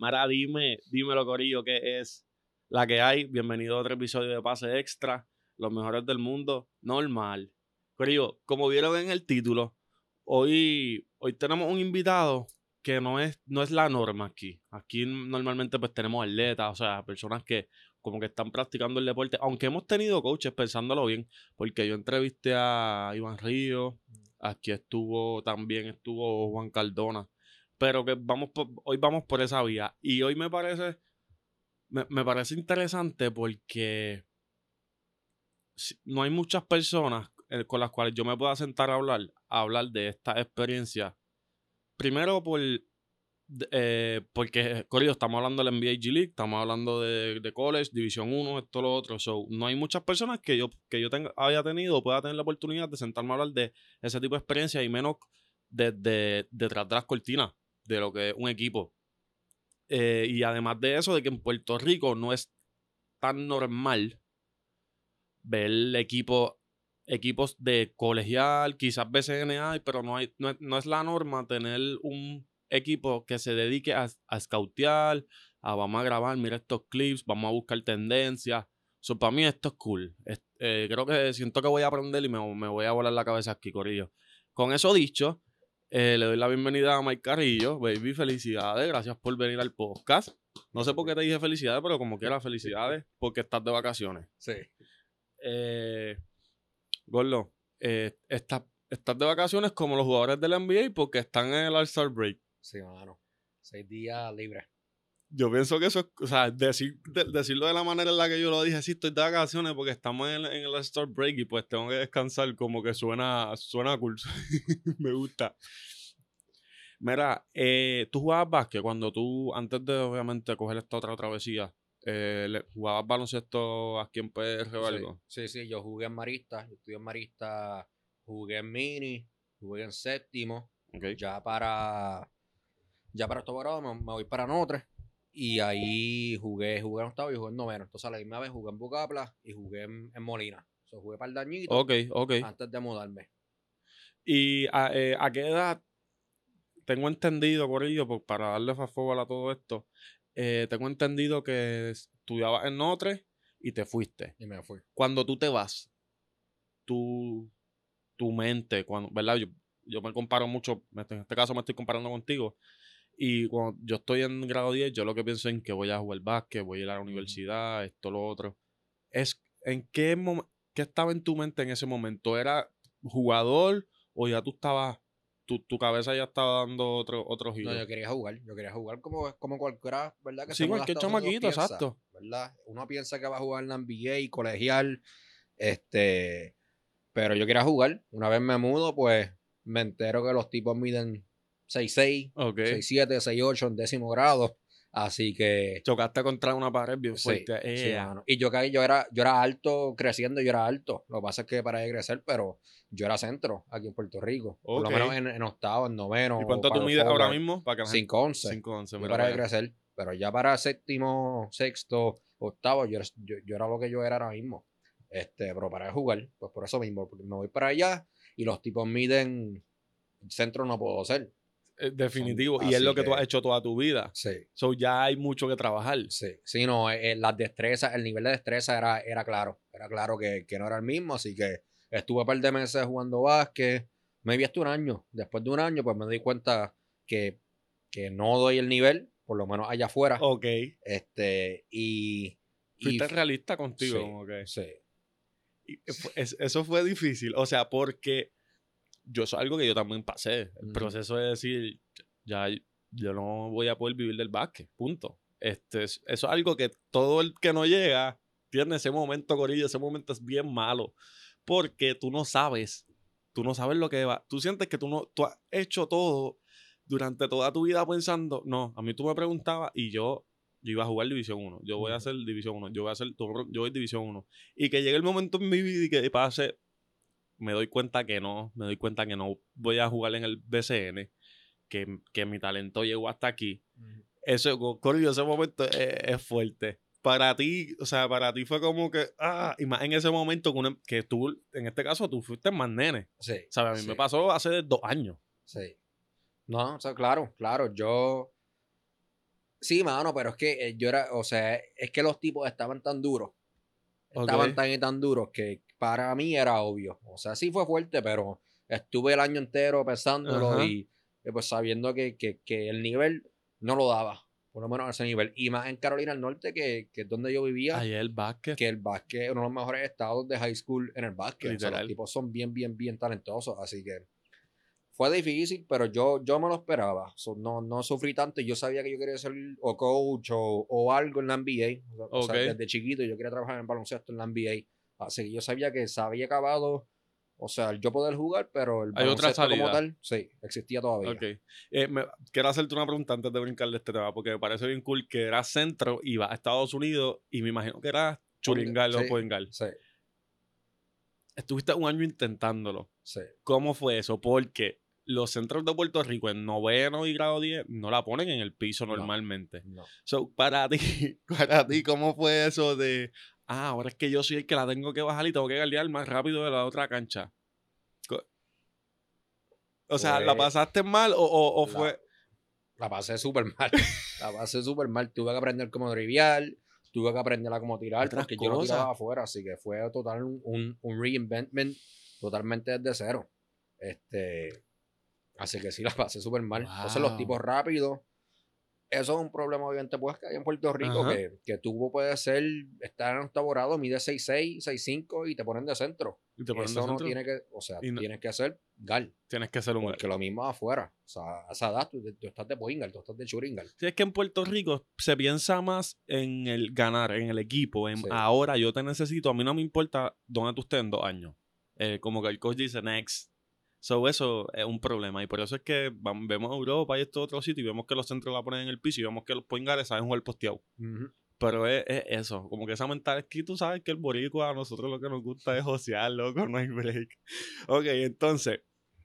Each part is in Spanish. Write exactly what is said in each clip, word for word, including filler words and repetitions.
Mara, dime, dímelo, corillo, ¿qué es la que hay? Bienvenido a otro episodio de Pase Extra, los mejores del mundo, normal. Corillo, como vieron en el título, hoy, hoy tenemos un invitado que no es, no es la norma aquí. Aquí normalmente pues tenemos atletas, o sea, personas que como que están practicando el deporte, aunque hemos tenido coaches, pensándolo bien, porque yo entrevisté a Iván Ríos, aquí estuvo, también estuvo Juan Cardona, pero que vamos por, hoy vamos por esa vía. Y hoy me parece, me, me parece interesante porque si- no hay muchas personas eh, con las cuales yo me pueda sentar a hablar, a hablar de esta experiencia. Primero por, de- eh, porque, Corillo, estamos hablando de la N B A G League, estamos hablando de, de college, División uno, esto, lo otro. So, no hay muchas personas que yo, que yo tenga, haya tenido o pueda tener la oportunidad de sentarme a hablar de ese tipo de experiencia y menos desde detrás de las cortinas de lo que es un equipo. Eh, y además de eso, de que en Puerto Rico no es tan normal ver equipo, equipos de colegial, quizás B C N A, pero no, hay, no, es, no es la norma tener un equipo que se dedique a, a scoutear, a vamos a grabar, mira estos clips, vamos a buscar tendencias. So, para mí esto es cool. Es, eh, creo que siento que voy a aprender y me, me voy a volar la cabeza aquí, corillo. Con eso dicho, eh, le doy la bienvenida a Mike Carrillo. Baby, felicidades. Gracias por venir al podcast. No sé por qué te dije felicidades, pero como quiera, felicidades porque estás de vacaciones. Sí. Eh, Gordo, eh, estás, estás de vacaciones como los jugadores de la N B A porque están en el All-Star Break. Sí, mano. Seis días libres. Yo pienso que eso es, o sea, decir, de- decirlo de la manera en la que yo lo dije, sí, estoy de vacaciones porque estamos en el, en el All-Star Break y pues tengo que descansar, como que suena, suena cool. Me gusta. Mira, eh, tú jugabas básquet cuando tú, antes de obviamente coger esta otra travesía, eh, le- jugabas baloncesto aquí en P R o Sí, algo. sí, sí, yo jugué en Marista, yo estudié en Marista, jugué en Mini, jugué en séptimo, Ok. ya para, ya para octavo grado me, me voy para Notre, y ahí jugué, jugué en octavo y jugué en noveno, entonces a la misma vez jugué en Bucapla y jugué en, en Molina, o sea, jugué para el dañito Ok, ok. antes de mudarme. ¿Y a, eh, a qué edad? Tengo entendido, por ello, por- para darle fast forward a todo esto, eh, tengo entendido que estudiabas en Notre y te fuiste. Y me fui. Cuando tú te vas, tu, tu mente, cuando, ¿verdad? Yo, yo me comparo mucho, en este caso me estoy comparando contigo, y cuando yo estoy en grado diez, yo lo que pienso en que voy a jugar básquet, voy a ir a la universidad, esto, lo otro. Es, ¿en qué, mom- qué estaba en tu mente en ese momento? ¿Era jugador o ya tú estabas, tu, tu cabeza ya estaba dando otro, otro No, giro? yo quería jugar, yo quería jugar como, como cualquiera, ¿verdad? Que se Sí, muda a cualquier Estados Unidos chamaquito, piensa, exacto. ¿verdad? Uno piensa que va a jugar en la N B A y colegial, este, pero yo quería jugar. Una vez me mudo, pues me entero que los tipos miden seis seis, Ok. seis siete, seis ocho en décimo grado, así que Chocaste contra una pared bien sí, fuerte. sí, Ea. mano. Y yo caí, yo era, yo era alto, creciendo, yo era alto. Lo que pasa es que para de crecer, pero yo era centro aquí en Puerto Rico. Por lo Ok. menos en, en octavo, en noveno, ¿Y o cuánto tú power mides ahora forward, mismo? Para que la gente... cinco once. cinco once, Yo mira para para de allá. crecer, pero ya para séptimo, sexto, octavo, yo, era- yo, yo era lo que yo era ahora mismo. Este, pero para de jugar, pues por eso mismo, porque me voy para allá y los tipos miden, centro no puedo ser. Eh, Son, definitivo. Y es lo así que tú has que, hecho toda tu vida. sí. So ya hay mucho que trabajar. Sí, sí, no, eh, eh, las destrezas, el nivel de destreza era, era claro, era claro que, que no era el mismo, así que estuve un par de meses jugando básquet, me vi hasta un año, después de un año pues me di cuenta que, que no doy el nivel, por lo menos allá afuera, Ok. este, y, y Fuiste realista contigo, sí, como que... sí, Y fue- es- eso fue difícil. O sea, porque yo eso es algo que yo también pasé. El ujú, proceso de decir, ya yo no voy a poder vivir del básquet. Punto. Este, es- eso es algo que todo el que no llega tiene ese momento, Corillo. Ese momento es bien malo. Porque tú no sabes. Tú no sabes lo que va. Tú sientes que tú no. Tú has hecho todo durante toda tu vida pensando. No, a mí tú me preguntabas y yo. Yo iba a jugar División uno. Yo voy a ujú. hacer División uno. Yo voy a hacer. Yo voy División uno. Y que llegue el momento en mi vida y que pase, me doy cuenta que no, me doy cuenta que no voy a jugar en el B C N, que, que mi talento llegó hasta aquí. Ujú. Eso, Corillo, ese momento es, es fuerte. Para ti, o sea, para ti fue como que, ah, y más en ese momento que, una- que tú, en este caso, tú fuiste más nene. Sí, ¿Sabes? A mí sí, me pasó hace dos años. sí. No, o sea, claro, claro, yo, Sí, mano, pero es que eh, yo era, o sea, es que los tipos estaban tan duros, estaban Ok. tan y tan duros que para mí era obvio. O sea, sí fue fuerte, pero estuve el año entero pensándolo Ajá. y eh, pues sabiendo que, que, que el nivel no lo daba, por lo menos a ese nivel. Y más en Carolina del Norte, que, que es donde yo vivía, Ahí el básquet, que el básquet es uno de los mejores estados de high school en el básquet. O sea, los literal. tipos son bien, bien, bien talentosos. Así que fue difícil, pero yo, yo me lo esperaba. So, no, no sufrí tanto. Yo sabía que yo quería ser o coach o, o algo en la N B A. O sea, o Ok. sea, desde chiquito yo quería trabajar en baloncesto en la N B A. Así que yo sabía que se había acabado, o sea, el yo poder jugar, pero el Hay otra baloncesto como salida. tal, sí, existía todavía. Ok. Eh, me- quiero hacerte una pregunta antes de brincar de este tema, porque me parece bien cool que eras centro y vas a Estados Unidos y me imagino que eras Ponga- churingal o Sí, poingal. sí, Estuviste un año intentándolo. sí. ¿Cómo fue eso? Porque los centros de Puerto Rico en noveno y grado diez no la ponen en el piso No, normalmente. no. So, para ti, para ti, ¿cómo fue eso de, ah, ahora es que yo soy el que la tengo que bajar y tengo que galdear más rápido de la otra cancha? Co- O sea, ¿la Fue pasaste mal o, o, o la, fue...? la pasé súper mal. La pasé súper mal. Tuve que aprender cómo driviar, tuve que aprender a cómo tirar, Otras porque yo no cosas. tiraba afuera, así que fue total un, un, un reinventment totalmente desde cero. Este, así que sí, la pasé súper mal. Entonces los tipos Wow. rápidos, eso es un problema obviamente pues que hay en Puerto Rico, Ajá. que, que tú puedes ser, estar en octavo grado, mide seis seis, seis cinco y te ponen de centro. Y te ponen de Eso no centro tiene que, o sea, y no- tienes que ser gal. tienes que ser un Porque gal. lo mismo afuera. O sea, a esa edad tú, tú estás de Boingal, tú estás de Churingal. Si es que en Puerto Rico se piensa más en el ganar, en el equipo, en Sí. ahora yo te necesito, a mí no me importa dónde tú estés en dos años. Eh, como que el coach dice next. So, eso es un problema. Y por eso es que vam- vemos a Europa y estos otros sitios y vemos que los centros la ponen en el piso y vemos que los poingales saben jugar posteado. Ujú. Pero es, es eso, como que esa mentalidad es que tú sabes que el boricua a nosotros lo que nos gusta es josear, loco, no hay break. Ok, entonces,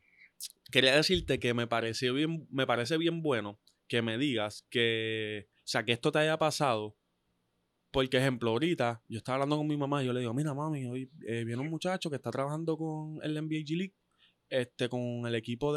quería decirte que me pareció bien, me parece bien bueno que me digas que, o sea, que esto te haya pasado. Porque, ejemplo, ahorita yo estaba hablando con mi mamá y yo le digo, mira, mami, hoy eh, viene un muchacho que está trabajando con el N B A G League, este, con el equipo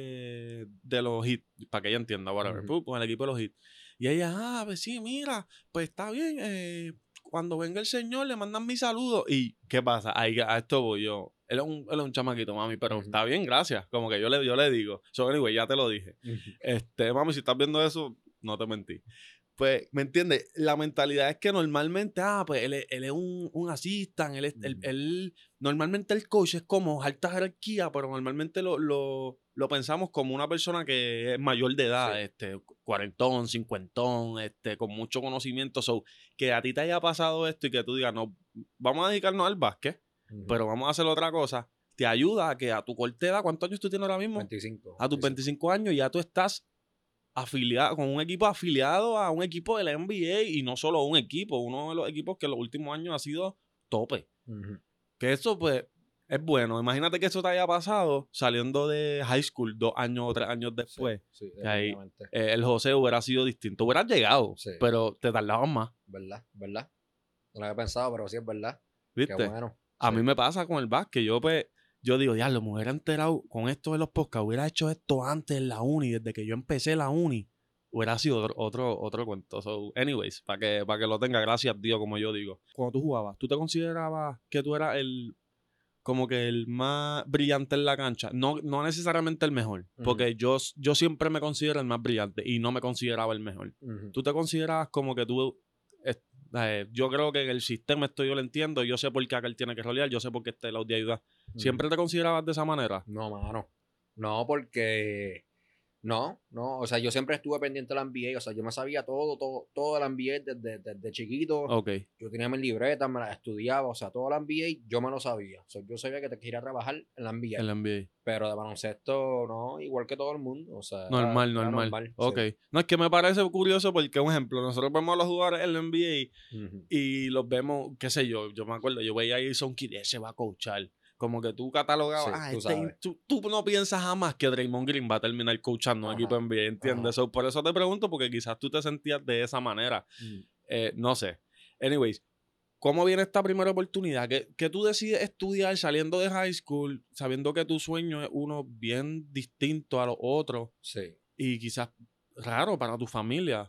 de, de los Heat, para que ella entienda, whatever, Ujú. pu, con el equipo de los Heat. Y ella, ah, pues sí, mira, pues está bien, eh, cuando venga el señor le mandan mi saludo. ¿Y qué pasa? Ahí, a esto voy yo. Él es, un, él es un chamaquito, mami, pero Ujú. está bien, gracias. Como que yo le, yo le digo. So, anyway, ya te lo dije. Ujú. Este, mami, si estás viendo eso, no te mentí. Pues, ¿me entiendes? La mentalidad es que normalmente, ah, pues él, es- él es un, un assistant, él, es, él, Ujú. él- normalmente el coach es como alta jerarquía, pero normalmente lo, lo, lo pensamos como una persona que es mayor de Sí. edad, este, cuarentón, cincuentón, este, con mucho conocimiento. So, que a ti te haya pasado esto y que tú digas, no, vamos a dedicarnos al básquet, Ujú. pero vamos a hacer otra cosa, te ayuda a que a tu corta edad, ¿cuántos años tú tienes ahora mismo? veinticinco. A tus veinticinco años ya tú estás afiliado, con un equipo afiliado a un equipo de la N B A y no solo un equipo, uno de los equipos que en los últimos años ha sido tope. Ujú. Que eso, pues, es bueno. Imagínate que eso te haya pasado saliendo de high school dos años o tres años Sí, después. sí, Que ahí definitivamente. eh, el José hubiera sido distinto. Hubieras llegado, Sí, pero te tardabas más, ¿verdad? ¿Verdad? No lo había pensado, pero sí es verdad. Qué ¿viste? bueno. A Sí. mí me pasa con el básquet. Yo, pues, yo digo, diablo, me hubiera enterado con esto de los podcasts. Hubiera hecho esto antes en la uni, desde que yo empecé la uni. Hubiera sido otro, otro, otro cuento. So, anyways, para que, para que lo tenga, gracias, Dios, como yo digo. Cuando tú jugabas, ¿tú te considerabas que tú eras el, como que el más brillante en la cancha? No, no necesariamente el mejor, Ujú. porque yo, yo siempre me considero el más brillante y no me consideraba el mejor. Ujú. ¿Tú te considerabas como que tú... es- eh, yo creo que en el sistema esto yo lo entiendo, yo sé por qué aquel tiene que rolear, yo sé por qué este lado de ayuda. Ujú. ¿Siempre te considerabas de esa manera? No, mano. No, porque no, no, o sea, yo siempre estuve pendiente de la N B A, o sea, yo me sabía todo, todo, todo de la N B A desde, desde chiquito. Ok. Yo tenía mis libretas, me las estudiaba, o sea, todo la N B A yo me lo sabía. O sea, yo sabía que te quería trabajar en la N B A, En la N B A. pero de baloncesto no, igual que todo el mundo, o sea, era, Normal, era normal. normal. Ok. Sí. No, es que me parece curioso porque, un ejemplo, nosotros vemos a los jugadores en la N B A Ujú. y los vemos, qué sé yo, yo me acuerdo, yo veía a Jason Kidd, ese va a coachar. Como que tú catalogabas, Sí, ah, tú este, sabes. tú, tú no piensas jamás que Draymond Green va a terminar coachando un equipo Ajá, N B A, ¿entiendes? ajá. So, por eso te pregunto, porque quizás tú te sentías de esa manera. Mm. Eh, no sé. Anyways, ¿cómo viene esta primera oportunidad? ¿Que, que tú decides estudiar saliendo de high school, sabiendo que tu sueño es uno bien distinto a los otros Sí. y quizás raro para tu familia?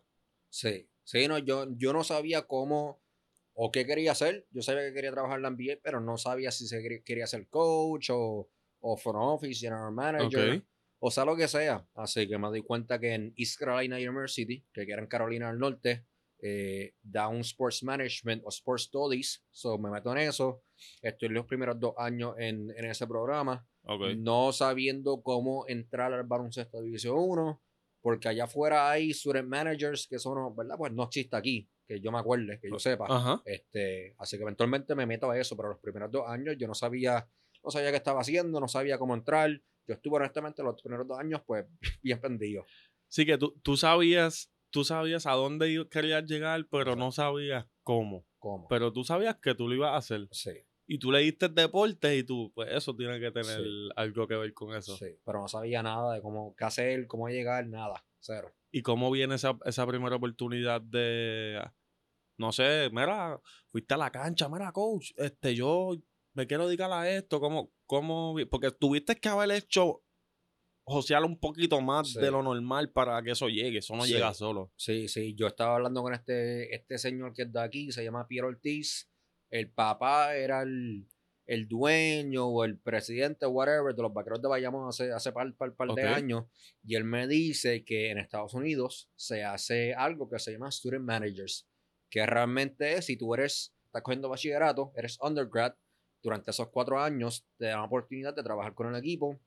Sí, sí, no, yo, yo no sabía cómo o qué quería hacer. Yo sabía que quería trabajar en la N B A, pero no sabía si se quería, quería ser coach o, o front office, general Ok, manager, o sea, lo que sea. Así que me di cuenta que en East Carolina University, que queda en Carolina del Norte, eh, da un Sports Management o Sports Studies. So me meto en eso. Estoy los primeros dos años en, en ese programa, ok. no sabiendo cómo entrar al baloncesto de División uno, porque allá afuera hay student managers que son, ¿verdad? Pues no existe aquí, que yo me acuerde, que yo sepa. Ajá. Este, así que eventualmente me meto a eso, pero los primeros dos años yo no sabía, no sabía qué estaba haciendo, no sabía cómo entrar. Yo estuve honestamente los primeros dos años, pues, bien pendido. Sí que tú, tú sabías, tú sabías a dónde i- querías llegar, pero no Exacto. sabías cómo. ¿Cómo? Pero tú sabías que tú lo ibas a hacer. Sí, Y tú leíste deportes y tú, pues eso tiene que tener sí, algo que ver con eso. sí. Pero no sabía nada de cómo, qué hacer, cómo llegar, nada. Cero. ¿Y cómo viene esa, esa primera oportunidad de, no sé, mira, fuiste a la cancha, mira, coach, este, yo me quiero dedicar a esto, ¿cómo, cómo, vi-? Porque tuviste que haber hecho, josear un poquito más de Sí, lo normal para que eso llegue, eso no llega sí. solo. Sí, sí. Yo estaba hablando con este, este señor que es de aquí, se llama Pierre Ortiz. El papá era el, el dueño o el presidente, whatever, de los vaqueros de Bayamón hace, hace par, par, par Ok, de años. Y él me dice que en Estados Unidos se hace algo que se llama Student Managers, que realmente es, si tú eres, estás cogiendo bachillerato, eres undergrad, durante esos cuatro años te dan la oportunidad de trabajar con el equipo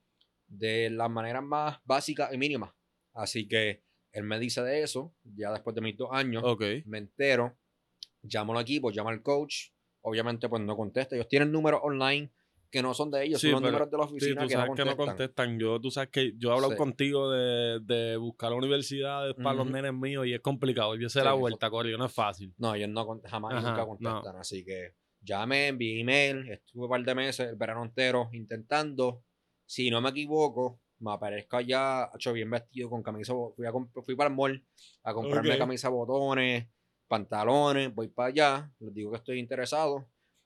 de las maneras más básicas y mínimas. Así que él me dice de eso, ya después de mis dos años, ok. me entero, llamo al equipo, llamo al coach, obviamente pues no contesta, ellos tienen números online que no son de ellos, son Sí, los pero números de la sí, oficina tú que no sabes que no contestan. contestan. Yo, tú sabes que yo he hablado Sí, contigo de, de buscar universidades para los ujú, nenes míos y es complicado. Yo sé sí, la eso, vuelta, Corio, no es fácil. no, ellos no, con- jamás y nunca Ajá, no. contestan, así que llamé, envié email, estuve un par de meses, el verano entero, intentando, si no me equivoco, me aparezco allá, hecho bien vestido, con camisa, bo- fui, a comp- fui para el mall a comprarme Ok. camisa, botones, pantalones, voy para allá, les digo que estoy interesado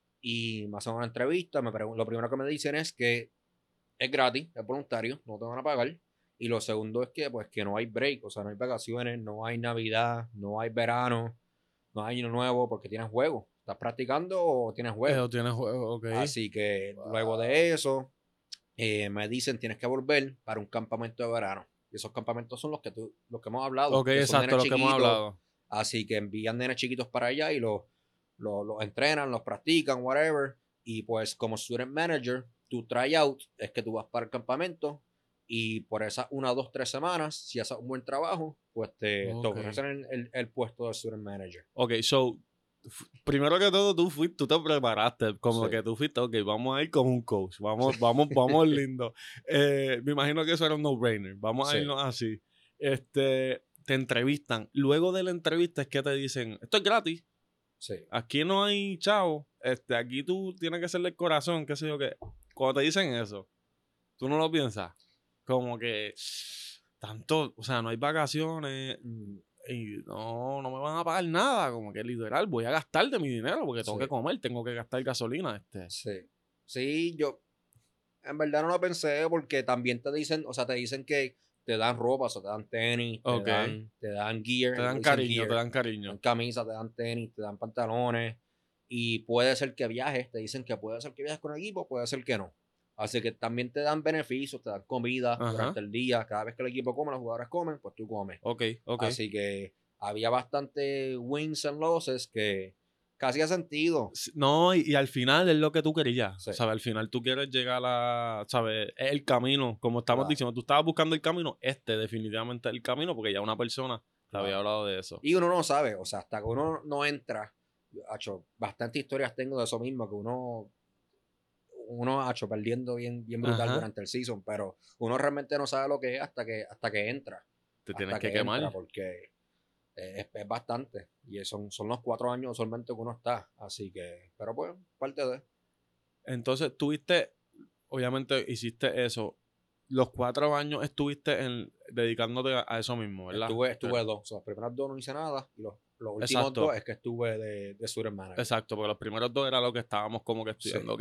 y me hacen una entrevista, me pregun- lo primero que me dicen es que es gratis, es voluntario, no te van a pagar. Y lo segundo es que, pues, que no hay break, o sea, no hay vacaciones, no hay Navidad, no hay verano, no hay año nuevo porque tienes juego. ¿Estás practicando o tienes juego? Eso tiene juego, ok. Así que luego Wow. de eso, eh, me dicen tienes que volver para un campamento de verano. Y esos campamentos son los que tú, los que hemos hablado, Ok, que son exacto, nenes lo que hemos chiquitos. hablado. Así que envían nenes chiquitos para allá y los, los, los entrenan, los practican, whatever. Y pues como student manager, tu tryout es que tú vas para el campamento y por esas una, dos, tres semanas, si haces un buen trabajo, pues te, te Ok. ofrecen el, el, el puesto de student manager. Ok, so, f- primero que todo, tú fuiste, tú te preparaste, como Sí, que tú fuiste, ok, vamos a ir con un coach, sí, vamos, vamos, vamos lindo. Eh, me imagino que eso era un no-brainer, vamos a sí, irnos así. Este, te entrevistan, luego de la entrevista es que te dicen, esto es gratis, sí. aquí no hay chavo, este, aquí tú tienes que hacerle el corazón, qué sé yo qué. Cuando te dicen eso, tú no lo piensas, como que tanto, o sea, no hay vacaciones mm, y no, no me van a pagar nada, como que literal, voy a gastar de mi dinero porque tengo Sí, que comer, tengo que gastar gasolina, este. sí. Sí, yo en verdad no lo pensé porque también te dicen, o sea, te dicen que te dan ropa, o sea, te dan tenis, te Ok, dan, te dan gear, te ellos le dan dicen cariño, te gear, dan te dan cariño. camisas, te dan tenis, te dan pantalones y puede ser que viajes, te dicen que puede ser que viajes con el equipo, puede ser que no. Así que también te dan beneficios, te dan comida Ajá, durante el día, cada vez que el equipo come, los jugadores comen, pues tú comes. ok, ok. Así que había bastante wins and losses que casi hacía sentido. S- No, y, y al final es lo que tú querías, Sí, ¿sabes? Al final tú quieres llegar a, ¿sabes? Es el camino, como estamos claro, diciendo, tú estabas buscando el camino, este definitivamente es el camino porque ya una persona te había claro. hablado de eso. Y uno no sabe, o sea, hasta que uno no entra, ha hecho bastantes historias tengo de eso mismo, que uno, uno ha hecho perdiendo bien, bien brutal Ajá, durante el season, pero uno realmente no sabe lo que es hasta que, hasta que entra, te tienes hasta que que entra, quemar. porque es, es bastante. Y son, son los cuatro años usualmente que uno está, así que, pero pues, parte de. Entonces, tuviste, obviamente hiciste eso. Los cuatro años estuviste en, dedicándote a, a eso mismo, ¿verdad? Estuve, Pero- estuve dos, o sea, los primeros dos no hice nada, y los, los últimos dos exacto, es que estuve de, de student manager. exacto, porque los primeros dos era lo que estábamos como que Sí. estudiando, ok.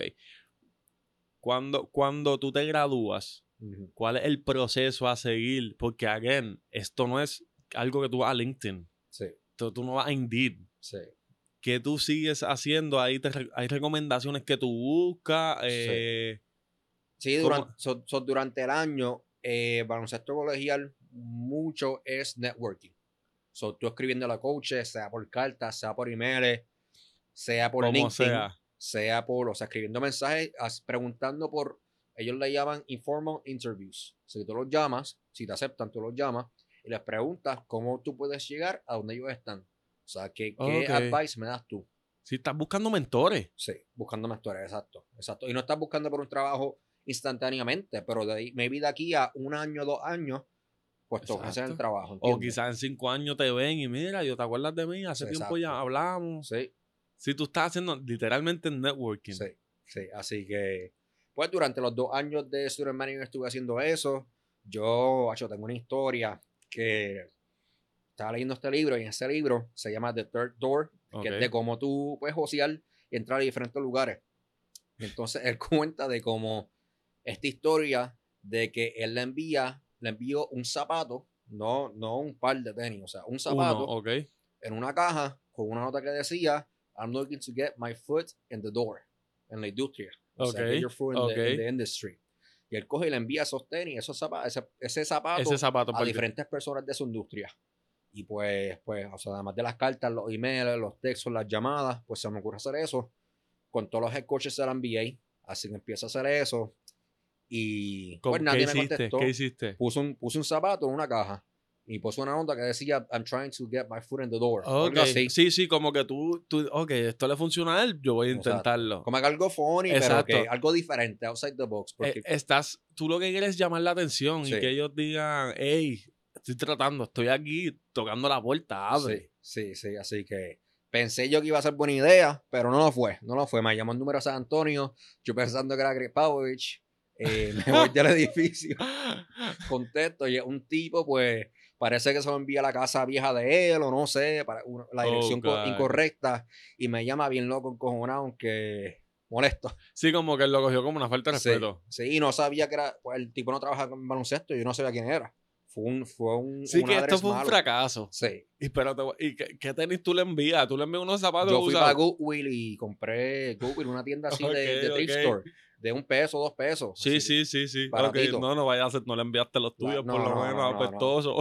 Cuando, cuando tú te gradúas, Ujú. ¿cuál es el proceso a seguir? Porque, again, esto no es algo que tú vas a LinkedIn. Sí. tú, tú no vas a Indeed. Sí. ¿Qué tú sigues haciendo? Ahí te, hay recomendaciones que tú buscas. Eh, sí, ¿cómo? durante, so, so, durante el año, eh, baloncesto colegial, mucho es networking. So, tú escribiendo a la coach, sea por cartas, sea por emails, sea por Como LinkedIn, sea. sea por, o sea, escribiendo mensajes, preguntando por, ellos le llaman informal interviews. O sea, que tú los llamas, si te aceptan, tú los llamas y les preguntas cómo tú puedes llegar a donde ellos están. O sea, ¿qué, qué Okay. advice me das tú? Si estás buscando mentores. Sí, buscando mentores, exacto, exacto. Y no estás buscando por un trabajo instantáneamente, pero de ahí, maybe de aquí a un año, dos años, pues te ofrecen el trabajo, ¿entiendes? O quizás en cinco años te ven y mira, yo te acuerdas de mí, hace Sí, tiempo exacto. ya hablamos. Sí. Si tú estás haciendo literalmente networking. Sí, sí. Así que, pues durante los dos años de Student Manager estuve haciendo eso. Yo, yo tengo una historia que estaba leyendo este libro y en ese libro se llama The Third Door, Okay. que es de cómo tú puedes josear y entrar a diferentes lugares. Entonces él cuenta de cómo esta historia de que él le envía, le envió un zapato, no, no un par de tenis, o sea, un zapato Uno, okay. en una caja con una nota que decía, I'm looking to get my foot in the door, en la industria. O Okay. sea, get your foot in, Okay. the, in the industry. Y él coge y le envía esos tenis, esos zapatos, ese, ese zapato, ese zapato a diferentes personas de su industria. Y pues, pues, o sea, además de las cartas, los emails, los textos, las llamadas, pues se me ocurre hacer eso con todos los head coaches de la N B A. Así que empiezo a hacer eso. Y pues nadie me contestó. ¿Qué hiciste? Puse un, puse un zapato en una caja y puse una nota que decía, I'm trying to get my foot in the door. Okay. Algo así. Sí, sí, como que tú, tú, ok, esto le funciona a él, yo voy a intentarlo. Exacto. Como que algo funny, exacto. pero que algo diferente, outside the box. Porque... Eh, estás, tú lo que quieres es llamar la atención sí. y que ellos digan, hey, estoy tratando, estoy aquí tocando la puerta, abre. Sí, sí, sí, así que pensé yo que iba a ser buena idea, pero no lo fue, no lo fue. Me llamó el número de San Antonio, yo pensando que era Greg Popovich, eh, me voy del edificio, contesto y es un tipo, pues, parece que se lo envía a la casa vieja de él, o no sé, para una, la dirección oh, incorrecta, y me llama bien loco, encojonado, aunque molesto. Sí, como que él lo cogió como una falta de respeto. Sí, sí, y no sabía que era, pues, el tipo no trabaja con baloncesto, yo no sabía quién era. Fue un, fue un, sí, un que esto fue malo. un fracaso. Sí. Y, pero te, ¿y qué, qué tenis tú le envías? ¿Tú le envías unos zapatos Yo fui usados? para Goodwill y compré Goodwill, una tienda así okay, de, de thrift okay. store, de un peso, dos pesos. Sí, así, sí, sí, sí. Okay. No, no vaya a ser, no le enviaste los tuyos, no, por lo no, menos, no, apestoso.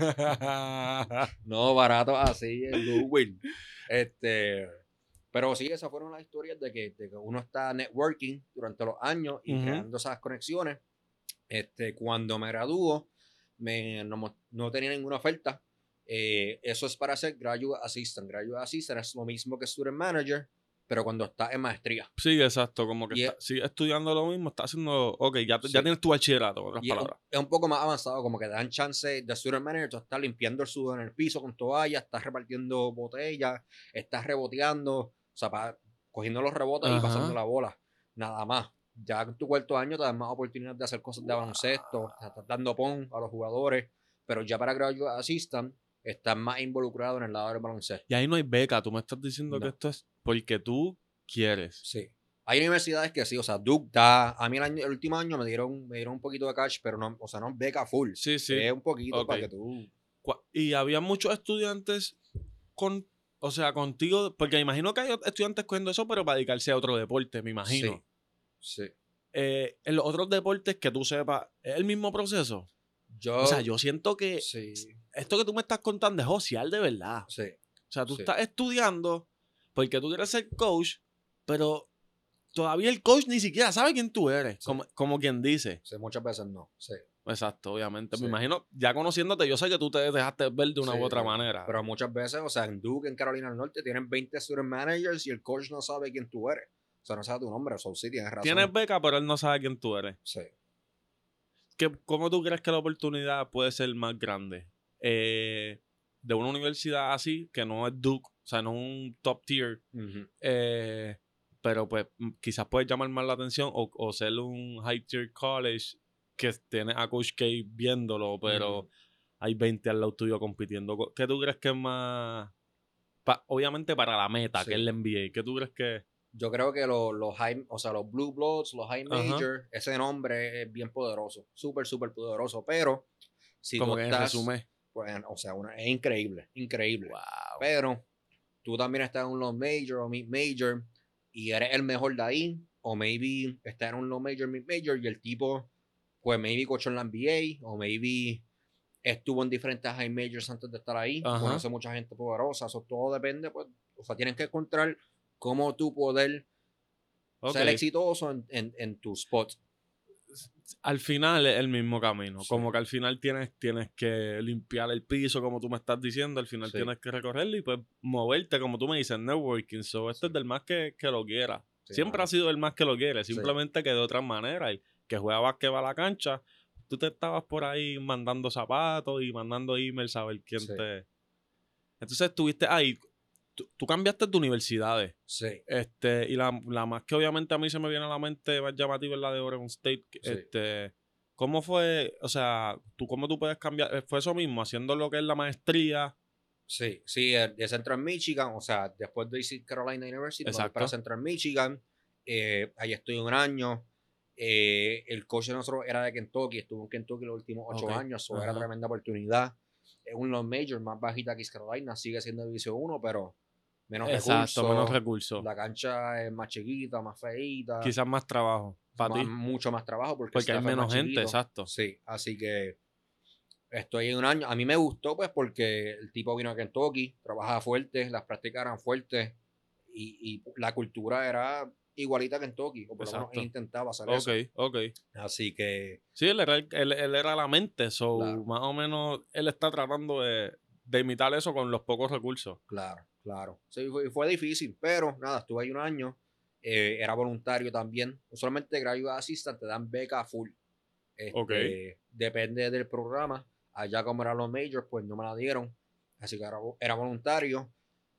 No. no, barato así en Goodwill. Este... Pero sí, esas fueron las historias de que, de que uno está networking durante los años y uh-huh. creando esas conexiones. Este, cuando me graduó, me, no, no tenía ninguna oferta. Eh, eso es para ser graduate assistant. Graduate assistant es lo mismo que student manager, pero cuando estás en maestría. Sí, exacto. Como que está, sigue estudiando lo mismo, está haciendo... Ok, ya, sí. ya tienes tu bachillerato, en otras y palabras. Es un, es un poco más avanzado, como que te dan chance de student manager, tú estás limpiando el sudor en el piso con toallas, estás repartiendo botellas, estás reboteando, o sea, para, cogiendo los rebotes uh-huh. y pasando la bola. Nada más. Ya en tu cuarto año te dan más oportunidades de hacer cosas de baloncesto, wow. estás dando pon a los jugadores, pero ya para graduate assistant estás más involucrado en el lado del baloncesto. Y ahí no hay beca, tú me estás diciendo no. que esto es porque tú quieres. Sí. Hay universidades que sí, o sea, Duke da, a mí el, año, el último año me dieron, me dieron un poquito de cash, pero no, o sea, no beca full. Sí, sí. Es un poquito okay. para que tú... Y había muchos estudiantes con... O sea, contigo, porque me imagino que hay estudiantes cogiendo eso, pero para dedicarse a otro deporte, me imagino. Sí. Sí. Eh, en los otros deportes que tú sepas, ¿es el mismo proceso? Yo, o sea, yo siento que sí. esto que tú me estás contando es social de verdad. Sí. O sea, tú sí. estás estudiando porque tú quieres ser coach, pero todavía el coach ni siquiera sabe quién tú eres, sí. como, como quien dice. Sí, muchas veces no. Sí. Exacto, obviamente. Sí. Me imagino, ya conociéndote, yo sé que tú te dejaste ver de una sí, u otra manera. Pero muchas veces, o sea, en Duke, en Carolina del Norte, tienen veinte student managers y el coach no sabe quién tú eres. O sea, no sabe tu nombre, so sí, tienes razón. Tienes beca, pero él no sabe quién tú eres. Sí. ¿Qué, ¿Cómo tú crees que la oportunidad puede ser más grande? Eh, de una universidad así, que no es Duke, o sea, no es un top tier, uh-huh. eh, pero pues quizás puede llamar más la atención, o, o ser un high tier college que tiene a Coach K viéndolo, pero uh-huh. hay veinte al lado tuyo compitiendo. ¿Qué tú crees que es más? Pa, obviamente para la meta, sí. que es el N B A. ¿Qué tú crees que? Yo creo que los, los high, o sea, los Blue Bloods, los high major, uh-huh. ese nombre es bien poderoso, súper, súper poderoso, pero si como tú que estás, en resumen. pues, o sea, una, es increíble, increíble. Wow. Pero tú también estás en un low major o mid major y eres el mejor de ahí, o maybe estás en un low major, mid major y el tipo, pues maybe coachó en la N B A, o maybe estuvo en diferentes high majors antes de estar ahí, Ajá. conoce mucha gente poderosa, eso todo depende, pues, o sea, tienes que encontrar cómo tú poder Okay. ser exitoso en, en, en tu spot. Al final es el mismo camino. Sí. Como que al final tienes, tienes que limpiar el piso, como tú me estás diciendo. Al final Sí. tienes que recorrerlo y pues moverte, como tú me dices, networking. So, este Sí. es del más que, que lo quiera. Sí, Siempre mano. ha sido el más que lo quiere. Sí. Simplemente que de otra manera. Y que juega básquet va a la cancha. Tú te estabas por ahí mandando zapatos y mandando emails a ver quién Sí. te... Entonces estuviste ahí. Tú, tú cambiaste de universidades. Sí. Este, y la, la más que obviamente a mí se me viene a la mente más llamativa es la de Oregon State. Sí. Este, ¿cómo fue? O sea, ¿tú cómo tú puedes cambiar? ¿Fue eso mismo? Haciendo lo que es la maestría. Sí, sí, de Central Michigan, o sea, después de East Carolina University, me voy para Central Michigan, eh, ahí estoy un año, eh, el coach de nosotros era de Kentucky, estuvo en Kentucky los últimos ocho Okay. años, eso era tremenda oportunidad, es un los major más bajita que East Carolina, sigue siendo División uno, pero menos Exacto, recursos, menos recursos. La cancha es más chiquita, más feíta. Quizás más trabajo para más, ti. Mucho más trabajo porque, porque hay menos gente, chiquito. Exacto. Sí, así que estoy en un año. A mí me gustó, pues, porque el tipo vino a Kentucky, trabajaba fuerte, las prácticas eran fuertes y, y la cultura era igualita a Kentucky, o por Exacto. lo menos él intentaba hacer okay, eso. Ok, ok. Así que... Sí, él era, él, él era la mente, so claro. Más o menos él está tratando de, de imitar eso con los pocos recursos. Claro, claro. Sí, fue, fue difícil, pero nada, estuve ahí un año, eh, era voluntario también. Usualmente graduate assistant te dan beca full. Este, okay. Depende del programa. Allá como eran los majors, pues no me la dieron. Así que era, era voluntario.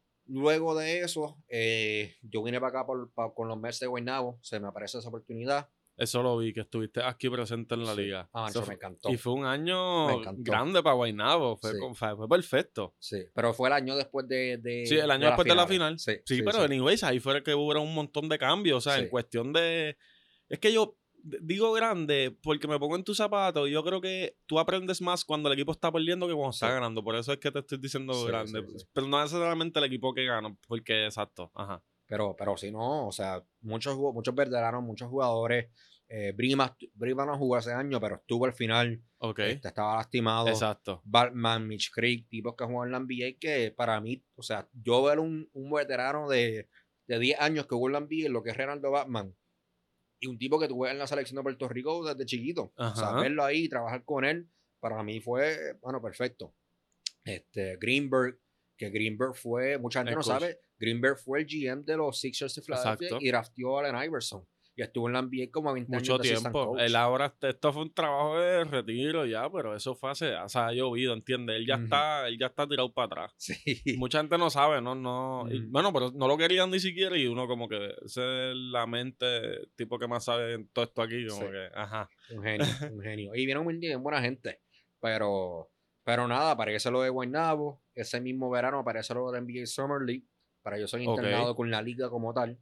Luego de eso, eh, yo vine para acá por, para, con los Mets de Guaynabo. Se me aparece esa oportunidad. Eso lo vi, que estuviste aquí presente en la sí. liga. Ah, eso me encantó. Y fue un año grande para Guaynabo. Fue, sí. fue, fue perfecto. Sí, pero fue el año después de, de Sí, el año de después de la final. Sí, sí, sí pero sí. anyways, ahí fue que hubo un montón de cambios. O sea, sí. en cuestión de... Es que yo... Digo grande porque me pongo en tus zapatos y yo creo que tú aprendes más cuando el equipo está perdiendo que cuando sí. está ganando. Por eso es que te estoy diciendo sí, grande. Sí, sí. Pero no necesariamente el equipo que gana, porque exacto. Ajá. Pero, pero si no, o sea, muchos, muchos veteranos, muchos jugadores. Eh, Brima, Brima no jugó hace años, pero estuvo al final. Okay. Este, estaba lastimado. Exacto. Batman, Mitch Creek, tipos que juegan en la N B A que para mí, o sea, yo ver un, un veterano de, de diez años que jugó en la N B A, lo que es Renaldo Batman, y un tipo que tuve en la selección de Puerto Rico desde chiquito. Ajá. O sea, verlo ahí y trabajar con él, para mí fue, bueno, perfecto. Este, Greenberg, que Greenberg fue, mucha gente el no coach. sabe, Greenberg fue el G M de los Sixers de Philadelphia y drafteó a Allen Iverson. Y estuvo en la N B A como veinte Mucho años de tiempo. Él ahora, esto fue un trabajo de retiro ya, pero eso fue hace, o sea, ha llovido, ¿entiendes? Él ya uh-huh. está, él ya está tirado para atrás. Sí. Mucha gente no sabe, ¿no? no uh-huh. y, bueno, pero no lo querían ni siquiera y uno como que ese es la mente, tipo que más sabe en todo esto aquí, como sí. que, ajá. Un genio, un genio. Y vieron muy bien, buena gente, pero, pero nada, aparece lo de Guaynabo, ese mismo verano aparece lo de la N B A Summer League, para yo ser internado okay. con la liga como tal,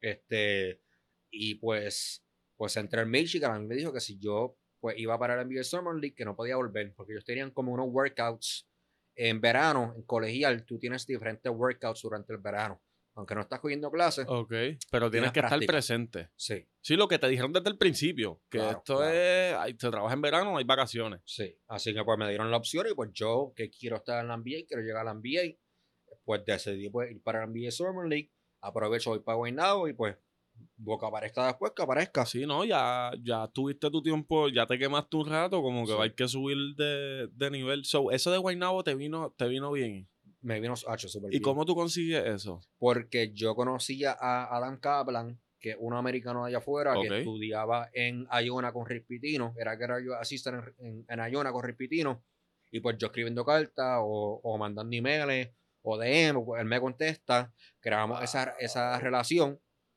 este, y pues... Pues entré en Michigan, a mí me dijo que si yo pues iba para la N B A Summer League, que no podía volver, porque ellos tenían como unos workouts en verano, en colegial, tú tienes diferentes workouts durante el verano, aunque no estás cogiendo clases. Ok, pero tienes, tienes que práctica. estar presente. Sí. Sí, lo que te dijeron desde el principio, que claro, esto claro. es, hay, se trabaja en verano, hay vacaciones. Sí, así que pues me dieron la opción y pues yo, que quiero estar en la N B A, quiero llegar a la N B A, pues decidí pues, ir para la N B A Summer League, aprovecho hoy para Guaynabo y pues que aparezca después, que aparezca. Sí, no, ya, ya tuviste tu tiempo, ya te quemaste un rato, como que sí. hay que subir de, de nivel. So, eso de Guaynabo te vino, te vino bien. Me vino hacho súper bien. ¿Y bien. cómo tú consigues eso? Porque yo conocía a Adam Kaplan, que es un americano de allá afuera, okay. que estudiaba en Iona con Rick Pitino, era que era yo assistant en, en, en Iona con Rick Pitino, y pues yo escribiendo cartas o, o mandando emails o D M, pues él me contesta, creamos wow. esa, esa relación.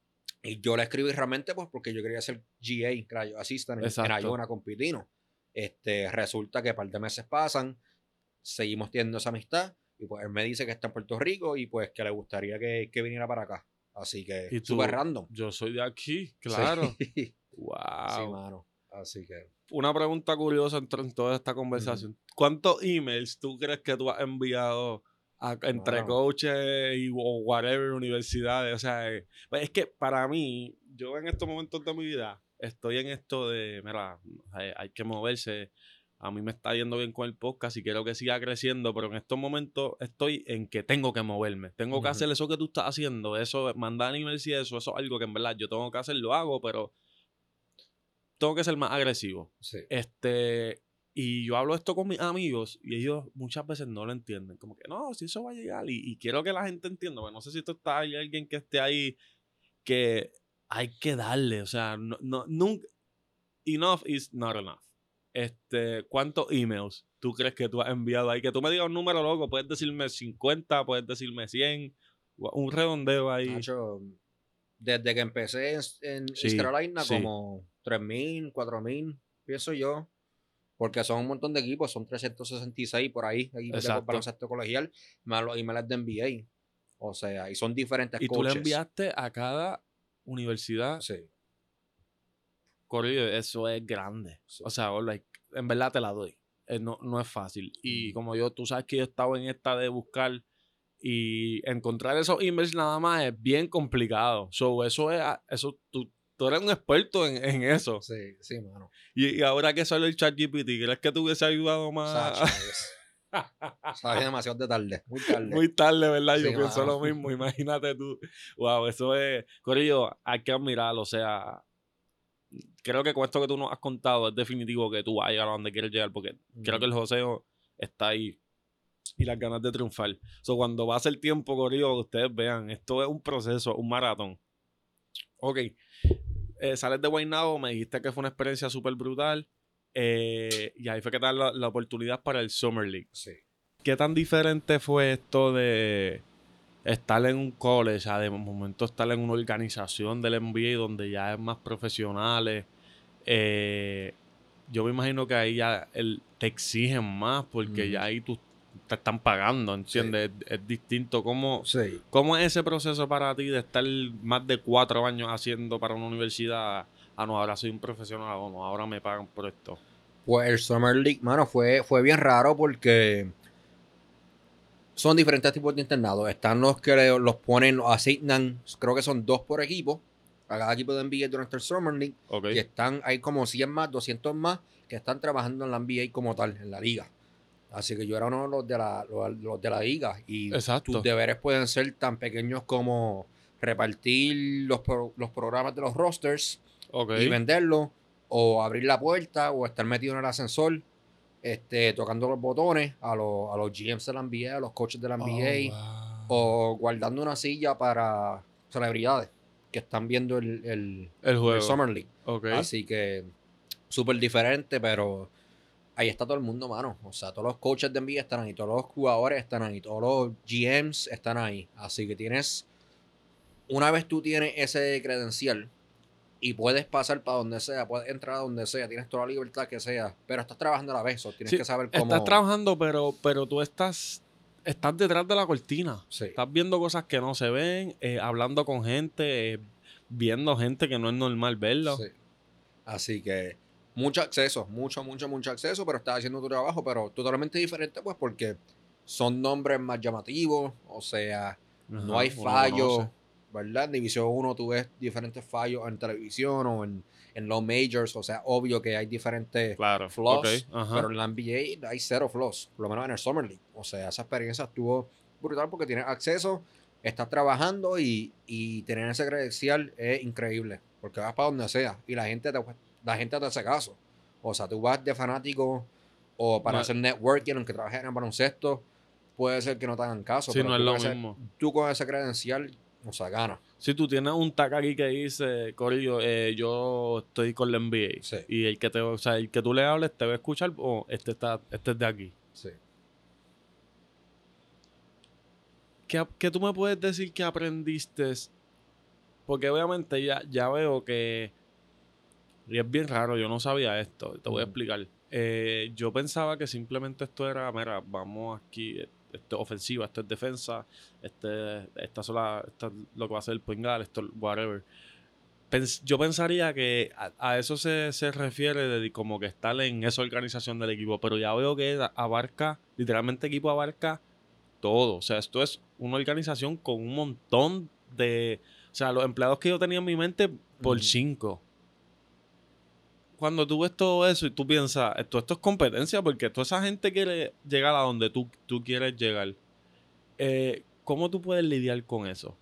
Y yo la escribí realmente pues porque yo quería ser G A, Crayo Assistant, en, en Iona con Pitino. Este, resulta que un par de meses pasan, seguimos teniendo esa amistad, y pues él me dice que está en Puerto Rico y pues que le gustaría que, que viniera para acá. Así que, súper random. Yo soy de aquí, claro. Sí. Wow. Sí, mano. Así que... Una pregunta curiosa entre en toda esta conversación. Uh-huh. ¿Cuántos emails tú crees que tú has enviado a, entre wow. coaches y o whatever, universidades? O sea, eh, pues es que para mí, yo en estos momentos de mi vida, estoy en esto de, mira, hay, hay que moverse. A mí me está yendo bien con el podcast y quiero que siga creciendo, pero en estos momentos estoy en que tengo que moverme. Tengo que uh-huh. hacer eso que tú estás haciendo, eso, mandar emails y eso, eso es algo que en verdad yo tengo que hacer, lo hago, pero tengo que ser más agresivo. Sí. Este, y yo hablo esto con mis amigos y ellos muchas veces no lo entienden. Como que, no, si eso va a llegar. Y, y quiero que la gente entienda. Bueno, no sé si tú estás hay alguien que esté ahí que hay que darle. O sea, no, no, nunca. Enough is not enough. Este, ¿cuántos emails tú crees que tú has enviado ahí? Que tú me digas un número loco. Puedes decirme cincuenta, puedes decirme cien. Un redondeo ahí. Nacho, desde que empecé en, en sí, East Carolina, sí. como tres mil, cuatro mil, pienso yo. Porque son un montón de equipos, son trescientos sesenta y seis por ahí, equipos de baloncesto colegial, más los emails de N B A. O sea, y son diferentes ¿Y coaches. tú le enviaste a cada universidad? Sí. Corrido, eso es grande. Sí. O sea, like, en verdad te la doy. Eh, no, no es fácil. Y mm. como yo, tú sabes que yo he estado en esta de buscar y encontrar esos emails nada más es bien complicado. So, eso es, eso, tú, tú eres un experto en, en eso. Sí, sí, mano. Y, y ahora que sale el ChatGPT, ¿crees que te hubiese ayudado más? Sabes demasiado de tarde, muy tarde. Muy tarde, ¿verdad? Sí, yo pienso mano. lo mismo, imagínate tú. Wow, eso es, Corillo, hay que admirarlo, o sea, creo que con esto que tú nos has contado es definitivo que tú vas a llegar a donde quieres llegar, porque mm. creo que el joseo está ahí y las ganas de triunfar. So, cuando va a ser tiempo, Corillo, ustedes vean, esto es un proceso, un maratón. Ok, eh, sales de Guaynabo, me dijiste que fue una experiencia súper brutal, eh, y ahí fue que te dan la, la oportunidad para el Summer League. Sí. ¿Qué tan diferente fue esto de estar en un college, o sea, de momento estar en una organización del N B A donde ya es más profesionales? Eh, yo me imagino que ahí ya el, te exigen más porque mm. ya ahí tú te están pagando, ¿entiendes? Sí. Es, es distinto. ¿Cómo, sí. ¿Cómo es ese proceso para ti de estar más de cuatro años haciendo para una universidad? Ah, no, ahora soy un profesional, o no, ahora me pagan por esto. Pues el Summer League, mano, fue, fue bien raro porque son diferentes tipos de internados. Están los que los ponen, los asignan, creo que son dos por equipo, a cada equipo de N B A durante el Summer League. Okay. Y están, hay como cien más, doscientos más que están trabajando en la N B A como tal, en la liga. Así que yo era uno de los de la, los, los de la liga. Y Exacto. tus deberes pueden ser tan pequeños como repartir los, pro, los programas de los rosters okay. y venderlos, o abrir la puerta, o estar metido en el ascensor, este, tocando los botones a los, a los G Ms de la N B A, a los coaches de la N B A, oh, wow. o guardando una silla para celebridades que están viendo el, el, el, juego. el Summer League. Okay. Así que súper diferente, pero ahí está todo el mundo, mano. O sea, todos los coaches de N B A están ahí, todos los jugadores están ahí, todos los G Ms están ahí. Así que tienes, una vez tú tienes ese credencial y puedes pasar para donde sea, puedes entrar a donde sea, tienes toda la libertad que sea, pero estás trabajando a la vez, o tienes sí, que saber cómo... Estás trabajando, pero, pero tú estás, estás detrás de la cortina. Sí. Estás viendo cosas que no se ven, eh, hablando con gente, eh, viendo gente que no es normal verlo. Sí. Así que mucho acceso, mucho, mucho, mucho acceso, pero estás haciendo tu trabajo, pero totalmente diferente, pues, porque son nombres más llamativos, o sea, ajá, no hay fallos, ¿verdad? En División uno tú ves diferentes fallos en televisión o en, en los majors, o sea, obvio que hay diferentes claro. flaws, okay. pero en la N B A hay cero flaws, por lo menos en el Summer League. O sea, esa experiencia estuvo brutal porque tienes acceso, estás trabajando y, y tener ese credencial es increíble, porque vas para donde sea y la gente te, la gente te hace caso. O sea, tú vas de fanático o para no. hacer networking, aunque trabajes en el baloncesto, puede ser que no te hagan caso. Sí, pero no es lo ese, mismo. Tú con ese credencial, o sea, gana. Si tú tienes un tag aquí que dice, Corillo, eh, yo estoy con la N B A. Sí. Y el que te, o sea, el que tú le hables te va a escuchar, o este está, este es de aquí. Sí. ¿Qué, ¿Qué tú me puedes decir que aprendiste? Porque obviamente ya, ya veo que... Y es bien raro, yo no sabía esto. Te voy a explicar. Eh, yo pensaba que simplemente esto era, mira, vamos aquí... Esto es ofensiva, esto es defensa, este, esta sola, esto es lo que va a hacer el point guard, esto es whatever. pens- yo pensaría que a, a eso se, se refiere de como que estar en esa organización del equipo, pero ya veo que abarca, literalmente equipo abarca todo. O sea, esto es una organización con un montón de... O sea, los empleados que yo tenía en mi mente por Ujú. cinco. Cuando tú ves todo eso y tú piensas, esto, esto es competencia porque toda esa gente quiere llegar a donde tú, tú quieres llegar. Eh, ¿Cómo tú puedes lidiar con eso?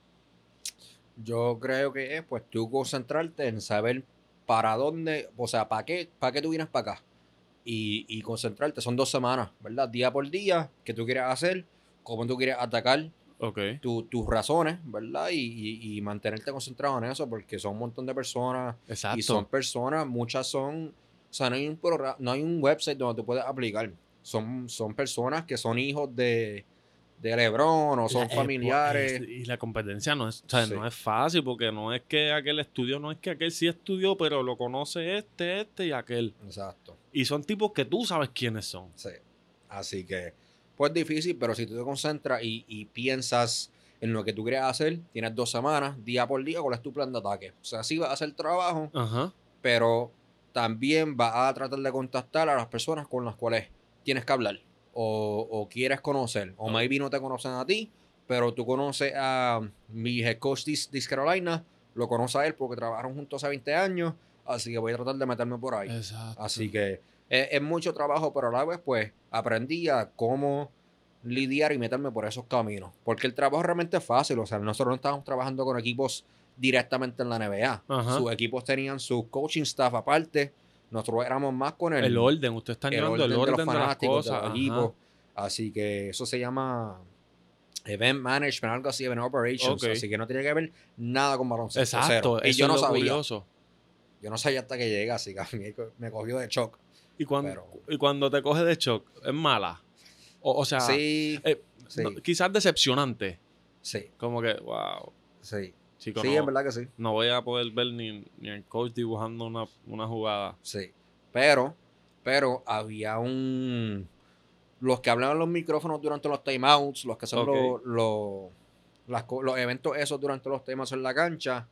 Yo creo que es pues tú concentrarte en saber para dónde, o sea, para qué, para qué tú vienes para acá. Y, y concentrarte, son dos semanas, ¿verdad? Día por día, qué tú quieres hacer, cómo tú quieres atacar Ok. tu- tus razones, ¿verdad? Y, y- y mantenerte concentrado en eso, porque son un montón de personas y son Exacto. personas, muchas son, o sea, no hay un programa, no hay un website donde tú puedes aplicar. Son, son personas que son hijos de, de LeBron o La, son eh, po- es- familiares. y la competencia no es, o sea, Sí, no es fácil porque no es que aquel estudió, no es que aquel sí estudió, pero lo conoce este, este y aquel. exacto. Y son tipos que tú sabes quiénes son. Sí. Así que, pues difícil, pero si tú te concentras y, y piensas en lo que tú quieres hacer, tienes dos semanas, día por día, ¿cuál es tu plan de ataque? O sea, sí vas a hacer trabajo, Ajá. pero también vas a tratar de contactar a las personas con las cuales tienes que hablar o, o quieres conocer, o Oh. maybe no te conocen a ti, pero tú conoces a mi head coach de East Carolina, lo conoces a él porque trabajaron juntos hace veinte años, así que voy a tratar de meterme por ahí. Exacto. Así que es, es mucho trabajo, pero a la vez pues aprendí a cómo lidiar y meterme por esos caminos, porque el trabajo realmente es fácil, o sea, nosotros no estábamos trabajando con equipos directamente en la N B A. Ajá. Sus equipos tenían su coaching staff aparte. Nosotros éramos más con el, El orden, ustedes están el llevando el orden de los orden de las fanáticos, de cosas. los Ajá. equipos. Así que eso se llama Event Management, algo así, Event Operations. Ok. Así que no tiene que ver nada con baloncesto. Exacto, Cero. Y eso yo es no lo sabía. curioso. Yo no sabía hasta que llega, así que a mí me cogió de shock. Y cuando, Pero y cuando te coge de shock, es mala. O, o sea, sí, eh, sí, no, quizás decepcionante. sí, Como que, wow. sí. Chico, Sí, no, en verdad que sí. no voy a poder ver ni, ni el coach dibujando una, una jugada. Sí. Pero, pero había un... Los que hablan en los micrófonos durante los timeouts, los que son Ok. los, los, las co- los eventos esos durante los timeouts en la cancha,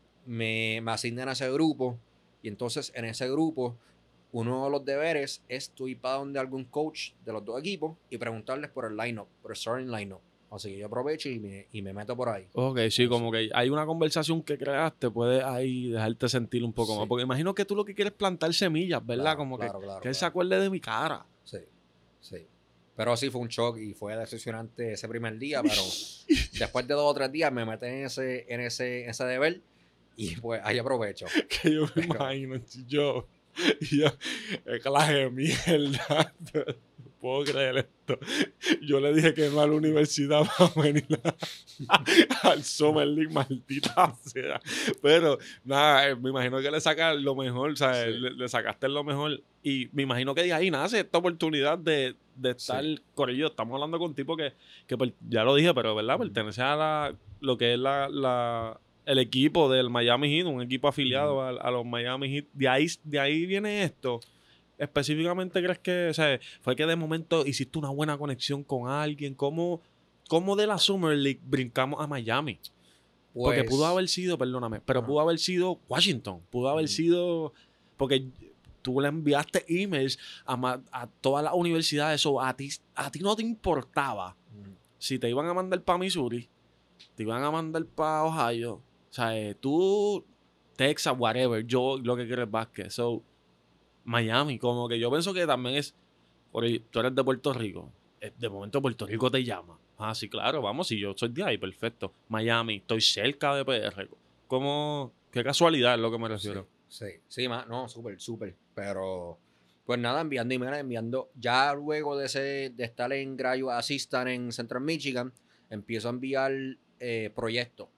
me, me asignan a ese grupo. Y entonces en ese grupo, uno de los deberes es tú ir para donde algún coach de los dos equipos y preguntarles por el lineup, por el starting lineup. Así que yo aprovecho y me, y me meto por ahí. Ok, sí, Eso. como que hay una conversación que creaste, puedes ahí dejarte sentir un poco Sí. más. Porque imagino que tú lo que quieres es plantar semillas, ¿verdad? Claro, como claro, que, claro, que él se claro. acuerde de mi cara. Sí, sí. Pero sí fue un shock y fue decepcionante ese primer día, pero después de dos o tres días me metí en ese, en ese, en ese deber y pues ahí aprovecho. Que yo me Pero- imagino, yo, yo, es clase de mierda. No puedo creer esto. Yo le dije que no a la universidad para venir a- al Summer League, maldita sea. Pero nada, eh, me imagino que le sacas lo mejor, o sea, Sí. le, le sacaste lo mejor. Y me imagino que de ahí nace esta oportunidad de, de estar Sí. con ellos. Estamos hablando con un tipo que, que per- ya lo dije, pero ¿verdad? Ujú. Pertenece a la, lo que es la, la, el equipo del Miami Heat, un equipo afiliado Ujú. a, a los Miami Heat. De ahí, de ahí viene esto. Específicamente, ¿crees que, o sea, fue que de momento hiciste una buena conexión con alguien? ¿Cómo, cómo de la Summer League brincamos a Miami? Porque Pues, pudo haber sido, perdóname, pero ajá. pudo haber sido Washington, pudo haber Ujú. sido, porque tú le enviaste emails a, ma- a todas las universidades, o a ti, a ti no te importaba Ujú. si te iban a mandar para Missouri, te iban a mandar para Ohio, o sea, eh, tú, Texas, whatever, yo lo que quiero es básquet. So, Miami, como que yo pienso que también es, por ahí, tú eres de Puerto Rico, eh, de momento Puerto Rico te llama. Ah, sí, claro, vamos, si yo soy de ahí, perfecto. Miami, estoy cerca de P R. ¿Cómo? Qué casualidad es lo que me refiero. Sí, sí, sí, ma- no, súper, súper. Pero, pues nada, enviando emails, enviando. Ya luego de ese, de estar en Graduate Assistant en Central Michigan, empiezo a enviar eh, proyectos,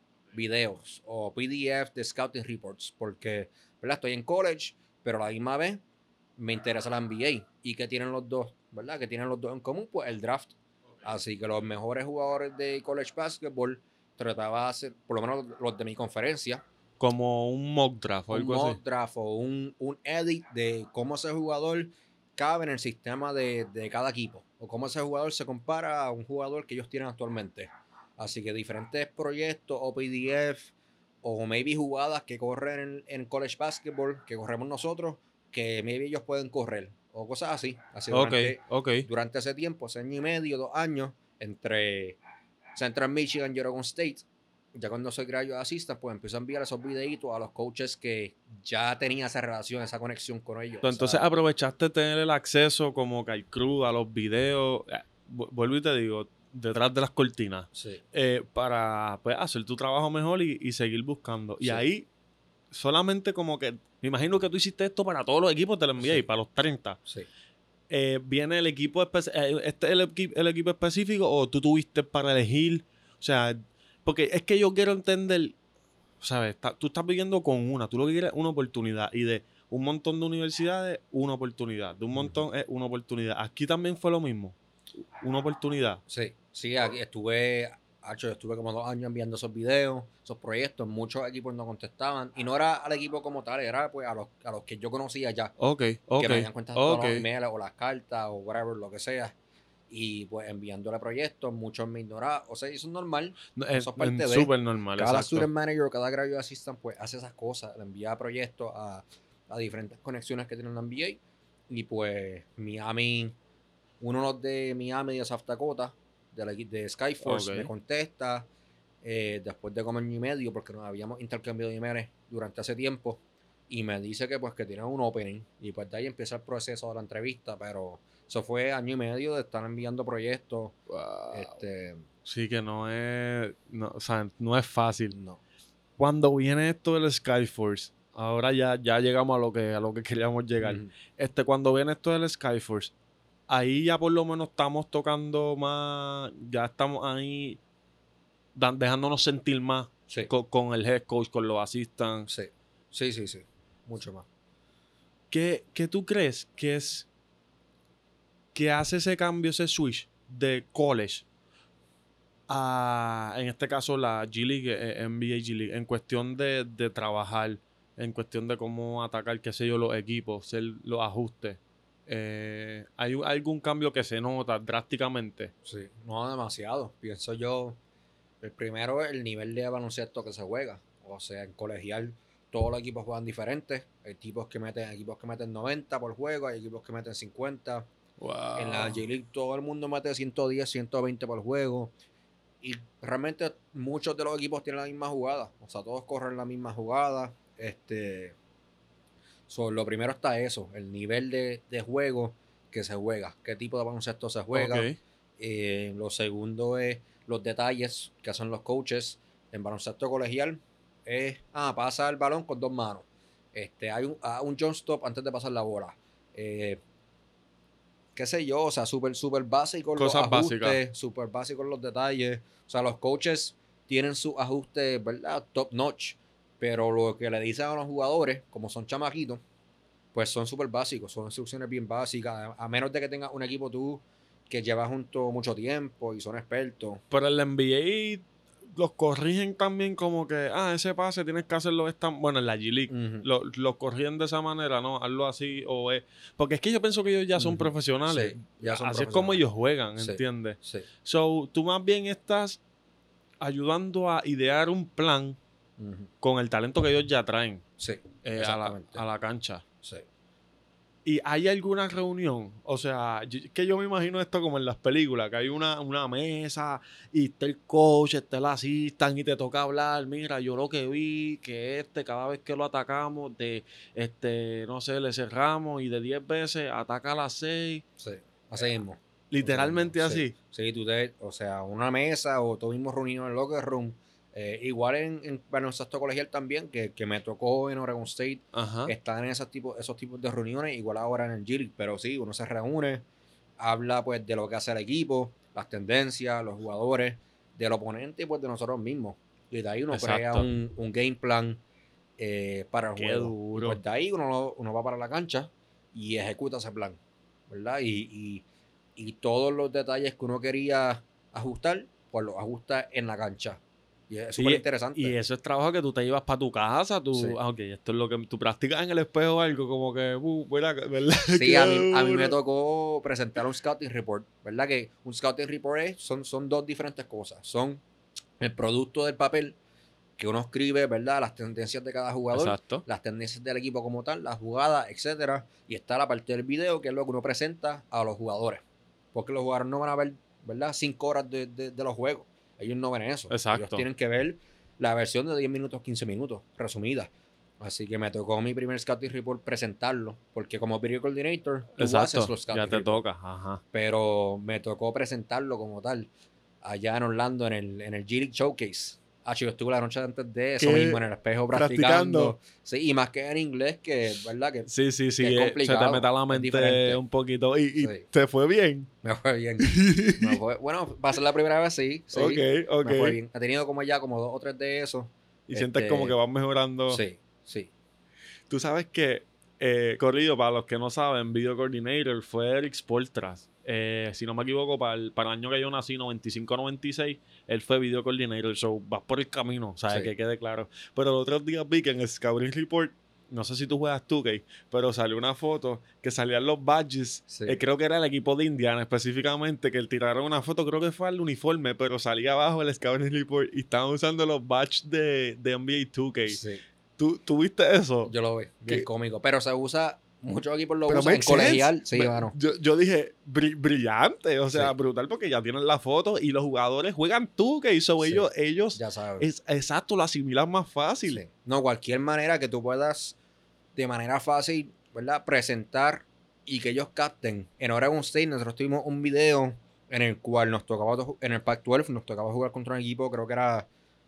videos o P D F de Scouting Reports, porque, ¿verdad? Estoy en college, pero a la misma vez me interesa la N B A. ¿Y qué tienen los dos? ¿Verdad? ¿Qué tienen los dos en común? Pues el draft. Así que los mejores jugadores de college basketball trataba de hacer, por lo menos los de mi conferencia, Como un mock draft o un algo así. mock draft o un, un edit de cómo ese jugador cabe en el sistema de, de cada equipo o cómo ese jugador se compara a un jugador que ellos tienen actualmente. Así que diferentes proyectos o P D F o maybe jugadas que corren en, en college basketball, que corremos nosotros, que maybe ellos pueden correr, o cosas así. Así Ok, durante, ok. durante ese tiempo, ese año y medio, dos años, entre Central Michigan y Oregon State, ya cuando soy graduate assistant, pues empiezo a enviar esos videitos a los coaches que ya tenía esa relación, esa conexión con ellos. Entonces, entonces esa- aprovechaste tener el acceso como que al crew, a los videos, eh, vu- vuelvo y te digo, detrás de las cortinas, sí, eh, para pues, hacer tu trabajo mejor y, y seguir buscando. Y sí, ahí solamente como que, me imagino que tú hiciste esto para todos los equipos del N B A, sí, para los treinta. sí. Eh, ¿Viene el equipo, espe- eh, este es el, equi- el equipo específico o tú tuviste para elegir? O sea, porque es que yo quiero entender, ¿sabes? Está- tú estás viviendo con una, tú lo que quieres es una oportunidad y de un montón de universidades, una oportunidad. De un montón es una oportunidad. Aquí también fue lo mismo, una oportunidad. Sí, sí, aquí estuve, hacho, estuve como dos años enviando esos videos, esos proyectos, muchos equipos no contestaban, y no era al equipo como tal, era pues a los, a los que yo conocía ya, Ok, ok, que me habían contestado ok. los emails o las cartas o whatever, lo que sea, y pues enviándole proyectos, muchos me ignoraban, o sea, eso es normal, No, es- eso es es parte de, súper normal, cada exacto. student manager, cada graduate assistant pues hace esas cosas, le envía proyectos a, a diferentes conexiones que tienen en N B A, y pues Miami, uno de Miami de South Dakota, de, la, de Skyforce, Ok. me contesta eh, después de como año y medio, porque nos habíamos intercambiado de emails durante ese tiempo, y me dice que pues que tiene un opening, y pues de ahí empieza el proceso de la entrevista, pero eso fue año y medio de estar enviando proyectos. Wow. Este, Sí que no es, no, o sea, no es fácil. no. Cuando viene esto del Skyforce, ahora ya, ya llegamos a lo que, a lo que queríamos llegar. Ujú. Este, cuando viene esto del Skyforce, ahí ya por lo menos estamos tocando más, ya estamos ahí dan- dejándonos sentir más Sí, co- con, el head coach, con los assistants. sí, sí, sí, sí, mucho más. ¿Qué, qué tú crees que es que hace ese cambio, ese switch de college a, en este caso, la G League, eh, N B A G League, en cuestión de, de trabajar, en cuestión de cómo atacar, qué sé yo, los equipos, hacer los ajustes? Eh, ¿hay un- algún cambio que se nota drásticamente? Sí, no demasiado, pienso yo. El primero es el nivel de baloncesto que se juega. O sea, en colegial todos los equipos juegan diferentes. Hay equipos que meten, equipos que meten noventa por juego, hay equipos que meten cincuenta. En la Wow. J-League todo el mundo mete ciento diez, ciento veinte por juego. Y realmente muchos de los equipos tienen la misma jugada. O sea, todos corren la misma jugada. Este, so, lo primero está eso, el nivel de, de juego que se juega. Qué tipo de baloncesto se juega. Ok. Eh, lo segundo es los detalles que hacen los coaches en baloncesto colegial. Es, ah, pasa el balón con dos manos. Este, hay un, ah, un jump stop antes de pasar la bola. Eh, qué sé yo, o sea, súper, súper básico los Cosas básicas. ajustes, súper básicos los detalles. O sea, los coaches tienen sus ajustes, ¿verdad? Top notch. Pero lo que le dicen a los jugadores, como son chamaquitos, pues son súper básicos, son instrucciones bien básicas. A menos de que tengas un equipo tú que llevas junto mucho tiempo y son expertos. Pero el N B A los corrigen también como que, ah, ese pase tienes que hacerlo esta... Bueno, en la G League Ujú. lo, lo corrigen de esa manera, ¿no? Hazlo así o es... Porque es que yo pienso que ellos ya son Ujú. profesionales. Sí, ya son Así es como profesionales. ellos juegan, Sí, ¿entiendes? sí. So, tú más bien estás ayudando a idear un plan Ujú. con el talento que ellos ya traen Sí, eh, a, la, exactamente. a la cancha. Sí. ¿Y hay alguna reunión? O sea, yo- que yo me imagino esto como en las películas, que hay una, una mesa y está el coach, está el assistant y te toca hablar. Mira, yo lo que vi, que este, cada vez que lo atacamos, de, este, no sé, le cerramos y de diez veces ataca a las seis. Sí, así mismo. Literalmente Así así. mismo. Sí, sí, tú te, o sea, una mesa o tú mismo reunido en el locker room. Eh, igual en, en baloncesto colegial también, que, que me tocó en Oregon State Ajá. estar en esos tipos, esos tipos de reuniones, igual ahora en el G League, pero sí, uno se reúne, habla pues de lo que hace el equipo, las tendencias, los jugadores, del oponente y pues de nosotros mismos. Y de ahí uno crea Exacto. un, un game plan eh, para el Qué juego. duro. Y pues de ahí uno, lo- uno va para la cancha y ejecuta ese plan, ¿verdad? Y, y, y todos los detalles que uno quería ajustar, pues los ajusta en la cancha. Y es súper Y, interesante. y eso es trabajo que tú te llevas para tu casa, tú, Sí. ah, ok, esto es lo que tú practicas en el espejo o algo, como que, uh, buena- ¿verdad? Sí, Qué a mí, a mí me duro. tocó presentar un scouting report, ¿verdad? Que un scouting report es, son, son dos diferentes cosas. Son el producto del papel que uno escribe, ¿verdad? Las tendencias de cada jugador, Exacto. las tendencias del equipo como tal, las jugadas, etcétera. Y está la parte del video, que es lo que uno presenta a los jugadores. Porque los jugadores no van a ver, ¿verdad? Cinco horas de, de, de los juegos. Ellos no ven eso. Exacto. Ellos tienen que ver la versión de diez minutos, quince minutos, resumida. Así que me tocó mi primer scouting report presentarlo, porque como video coordinator, tú Exacto. haces los scouting Ya te report. toca. Ajá. Pero me tocó presentarlo como tal, allá en Orlando, en el, en el G League Showcase. Ah, yo estuve la noche antes de eso ¿Qué? mismo, en el espejo Practicando. practicando. Sí, y más que en inglés, que, ¿verdad? Que Sí, sí, sí. que es eh, se complicado, te mete a la es mente diferente. un poquito. Y, y Sí. te fue bien. me fue bien. Me fue- bueno, va a ser la primera vez, sí. sí ok, ok. Me fue bien. He tenido como ya como dos o tres de esos. Y sientes Este, como que vas mejorando. Sí, sí. Tú sabes que, eh, corrido, para los que no saben, Video Coordinator fue Eric Spoelstra. Eh, si no me equivoco, para el, para el año que yo nací, noventa y cinco noventa y seis, él fue Video Coordinator. So, vas por el camino, ¿sabes? Sí. Que quede claro. Pero los otros días vi que en el Scouting Report, no sé si tú juegas two K, pero salió una foto que salían los badges. Sí. Eh, creo que era el equipo de Indiana específicamente, que él tiraron una foto, creo que fue al uniforme, pero salía abajo el Scouting Report y estaban usando los badges de, de N B A two K. Sí. ¿Tú, ¿Tú viste eso? Yo lo vi, bien ¿Qué? cómico. Pero se usa, muchos equipos lo Pero usan en makes sense. colegial. Sí, Me- mano. yo, yo dije, bri- brillante, o sea, Sí. brutal, porque ya tienen la foto y los jugadores juegan tú, que hizo Sí. ellos, ellos, Ya sabes. es, exacto, lo asimilan más fácil. Sí. No, cualquier manera que tú puedas, de manera fácil, ¿verdad? Presentar y que ellos capten. En Oregon State nosotros tuvimos un video en el cual nos tocaba, to- en el Pac doce, nos tocaba jugar contra un equipo, creo que era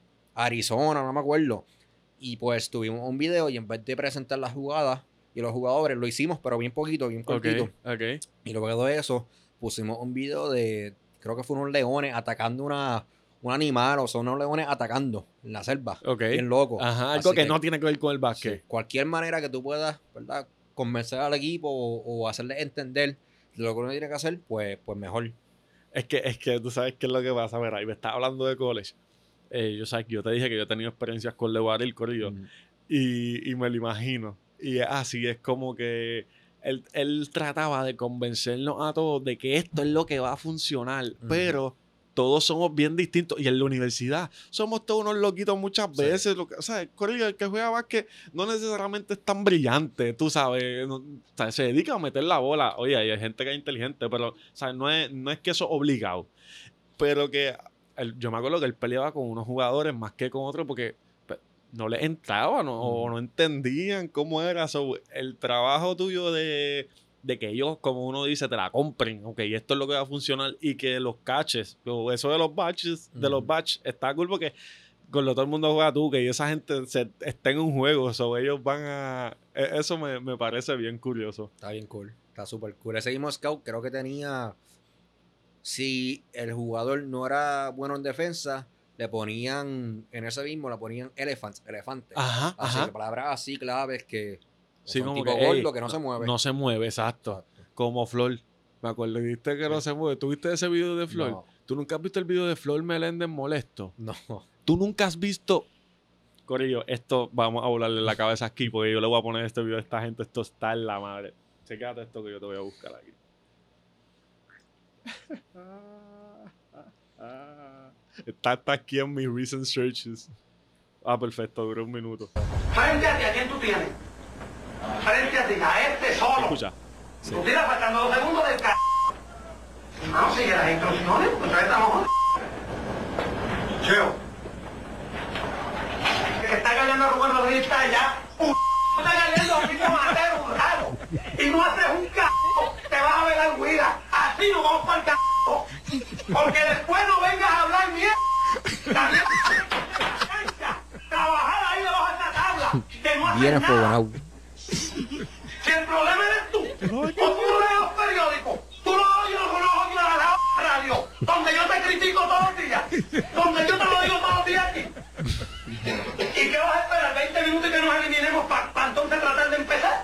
Arizona, no me acuerdo. Y pues tuvimos un video y en vez de presentar las jugadas y los jugadores, lo hicimos, pero bien poquito, bien Ok, cortito. ok. Y luego de eso, pusimos un video de, creo que fueron unos leones atacando una, un animal, o son unos leones atacando en la selva. Ok. Bien loco. Ajá, algo Así que, que- no tiene que ver con el Sí, básquet. cualquier manera que tú puedas, ¿verdad? Convencer al equipo o, o hacerle entender lo que uno tiene que hacer, pues, pues mejor. Es que, es que tú sabes qué es lo que pasa, mira, y me estás hablando de college. Eh, yo, sabes, yo te dije que yo he tenido experiencias con Levar el Corillo. Mm. Y, y me lo imagino. Y es así, es como que él, él trataba de convencernos a todos de que esto es lo que va a funcionar, Ujú. pero todos somos bien distintos. Y en la universidad somos todos unos loquitos muchas Sí. veces. Lo que, o sea, Corillo, el que juega básquet no necesariamente es tan brillante, tú sabes, no- o sea, se dedica a meter la bola. Oye, hay gente que es inteligente, pero o sea, no, es, no es que eso es obligado. Pero que él- yo me acuerdo que él peleaba con unos jugadores más que con otros porque pe- no les entraba, no, o Ujú. no entendían cómo era. So, el trabajo tuyo de, de que ellos, como uno dice, te la compren, ok, esto es lo que va a funcionar, y que los caches, o eso de los batches, de los Ujú. batches, está cool porque con lo todo el mundo juega tú, que esa gente se, está en un juego, so, ellos van a... e- Eso me, me parece bien curioso. Está bien cool. Está súper cool. Ese mismo scout creo que tenía... Si el jugador no era bueno en defensa, le ponían... En ese mismo le ponían elephants, elefantes. Ajá, Así ajá. que palabras así claves que... Sí, son como tipo que, gordo ey, que no, se mueve. No se mueve, exacto. Como Flor. Me acuerdo, viste que no Sí. se mueve. ¿Tuviste ese video de Flor? No, ¿Tú nunca has visto el video de Flor Meléndez molesto? no. ¿Tú nunca has visto... Corillo, esto vamos a volarle la cabeza aquí porque yo le voy a poner este video a esta gente. Esto está en la madre. Chécate esto que yo te voy a buscar aquí. Está, está aquí en mis recent searches. Ah, perfecto, duró un minuto. Frente a ti, ¿a quién tú tienes? Frente a ti, a este solo. Escucha. Tú tiras faltando dos segundos del c... Ah, no sigue las instrucciones, pues entonces estamos... Cheo. Que está callando a Rubén Rodríguez está allá. Un está callando a Pico Matero, un raro. Y no haces un c... te vas a ver la huida. Así nos vamos para el c... Porque después no vengas a hablar mierda. También trabajar ahí debajo de esta tabla. Que no haces Bien nada. enfogonado. Si el problema eres tú, o tú no lees los periódicos, tú no oyes los ojos y la radio, donde yo te critico todos los días, donde yo te lo digo todos los días aquí. ¿Y qué vas a esperar? ¿veinte minutos y que nos eliminemos para entonces tratar de empezar?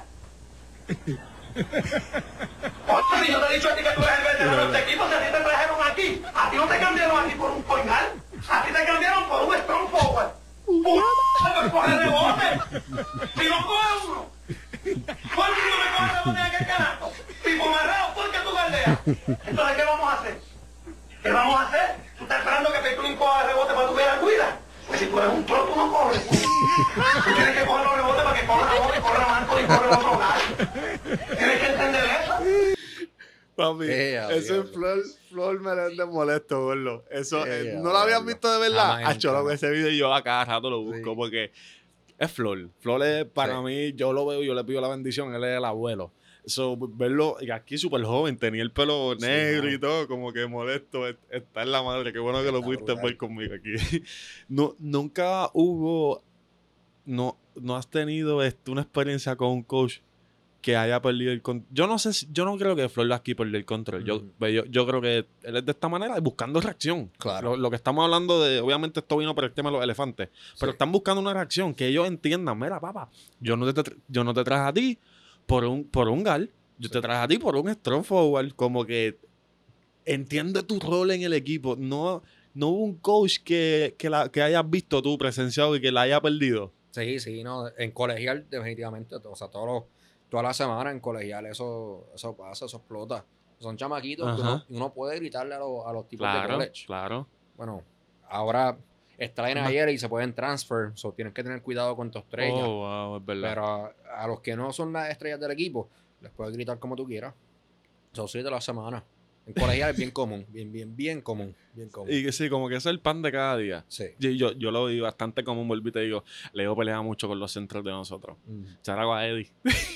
Oye, si yo te he dicho a ti que tú eres el veterano de este equipo, si a ti te trajeron aquí, a ti no te cambiaron aquí por un coinal, a ti te cambiaron por un strong forward. Un por coger rebote. Si no coge uno. ¿Por qué no me coge rebote en aquel canasto? Tipo marrado, ¿por qué tú galdeas? Entonces, ¿qué vamos a hacer? ¿Qué vamos a hacer? ¿Tú estás esperando que Peyton coja rebote para tu ver la cuida? Pues si tú eres un pro, tú no corre. Tú tienes que coger los rebotes para que corra uno y corra Marco y corra el otro gallo. Tienes que entender eso. Papi, Eh, ese diablo. Flor, Flor Meléndez molesto, gordo. Eso, Eh, eh, ¿no lo habían diablo. visto de verdad? Jamás y Acho, nunca, loco, no. ese video yo a cada rato lo busco Sí. porque es Flor. Flor es, para Sí. mí, yo lo veo, yo le pido la bendición, él es el abuelo. So, verlo, y aquí súper joven, tenía el pelo Sí, negro mano. y todo, como que molesto, es- está en la madre, qué bueno que lo Está pudiste brutal. ver conmigo aquí. No, nunca hubo, no, no has tenido este, una experiencia con un coach que haya perdido el control. Yo no sé, si- yo no creo que Flor aquí perdió el control. Yo, Ujú. yo, yo creo que él es de esta manera, buscando reacción. Claro. Lo, lo que estamos hablando de, obviamente esto vino por el tema de los elefantes, pero Sí. están buscando una reacción que ellos entiendan, mira, papá, yo no te, tra- yo no te traje a ti por un, por un gal, yo Sí. te traje a ti por un strong forward, como que entiende tu rol en el equipo. No, no hubo un coach que, que, la, que hayas visto tú presenciado y que la haya perdido. Sí, sí, no, en colegial definitivamente, o sea, todos los, toda la semana en colegial eso, eso pasa, eso explota. Son chamaquitos que uno, Ajá. uno puede gritarle a, los- a los tipos de Claro, college. claro. Bueno, ahora está en Más- ayer y se pueden transfer, so tienes que tener cuidado con tu estrella. Oh, wow, es verdad. Pero a, a los que no son las estrellas del equipo, les puedes gritar como tú quieras. Son siete de la semana. En colegial es bien común, bien, bien, bien común, bien común. Y que sí, como que ese es el pan de cada día. Sí. Yo, yo, yo lo vi bastante común, volví y te digo, Leo pelea mucho con los centros de nosotros. Mm. Charago a Eddie.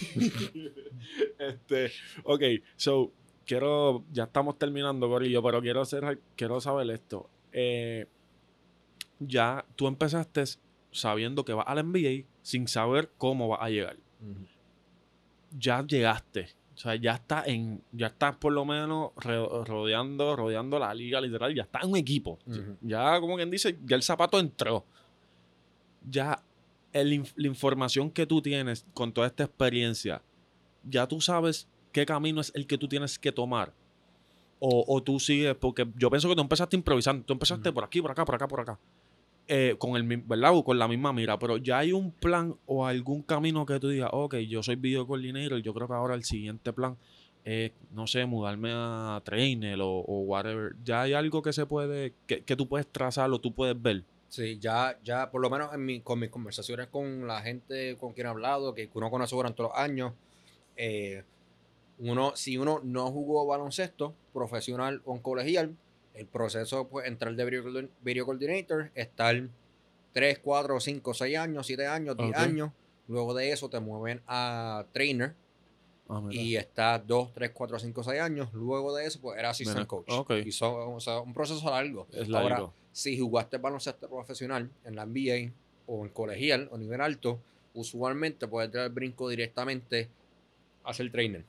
este, ok, so, quiero, ya estamos terminando, Corillo, pero quiero hacer, quiero saber esto. Eh, ya tú empezaste sabiendo que vas al N B A sin saber cómo vas a llegar. Ujú. Ya llegaste. O sea, ya está en, ya estás por lo menos ro- rodeando, rodeando la liga, literal, ya está en un equipo. Ujú. Ya, como quien dice, ya el zapato entró. Ya el inf- la información que tú tienes con toda esta experiencia, ya tú sabes qué camino es el que tú tienes que tomar. O, o tú sigues, porque yo pienso que tú empezaste improvisando, tú empezaste Ujú. por aquí, por acá, por acá, por acá. Eh, con el mi- ¿verdad? O con la misma mira, pero ya hay un plan o algún camino que tú digas, ok, yo soy video coordinator, yo creo que ahora el siguiente plan es, no sé, mudarme a trainer o, o whatever. Ya hay algo que se puede, que, que tú puedes trazar o tú puedes ver. Sí, ya, ya, por lo menos en mi, con mis conversaciones con la gente con quien he hablado, que uno conoce durante los años, eh, uno, si uno no jugó baloncesto profesional o en colegial, el proceso, pues, entrar de video, coordin- video coordinator, estar tres, cuatro, cinco, seis años, siete años, diez Ok. años. Luego de eso te mueven a trainer Ah, mira. y estás dos, tres, cuatro, cinco, seis años. Luego de eso, pues, era assistant Mira, coach. ok. Y son, o sea, un proceso largo. Es Ahora, largo. si jugaste baloncesto profesional en la N B A o en colegial o nivel alto, usualmente puedes dar el brinco directamente a ser trainer.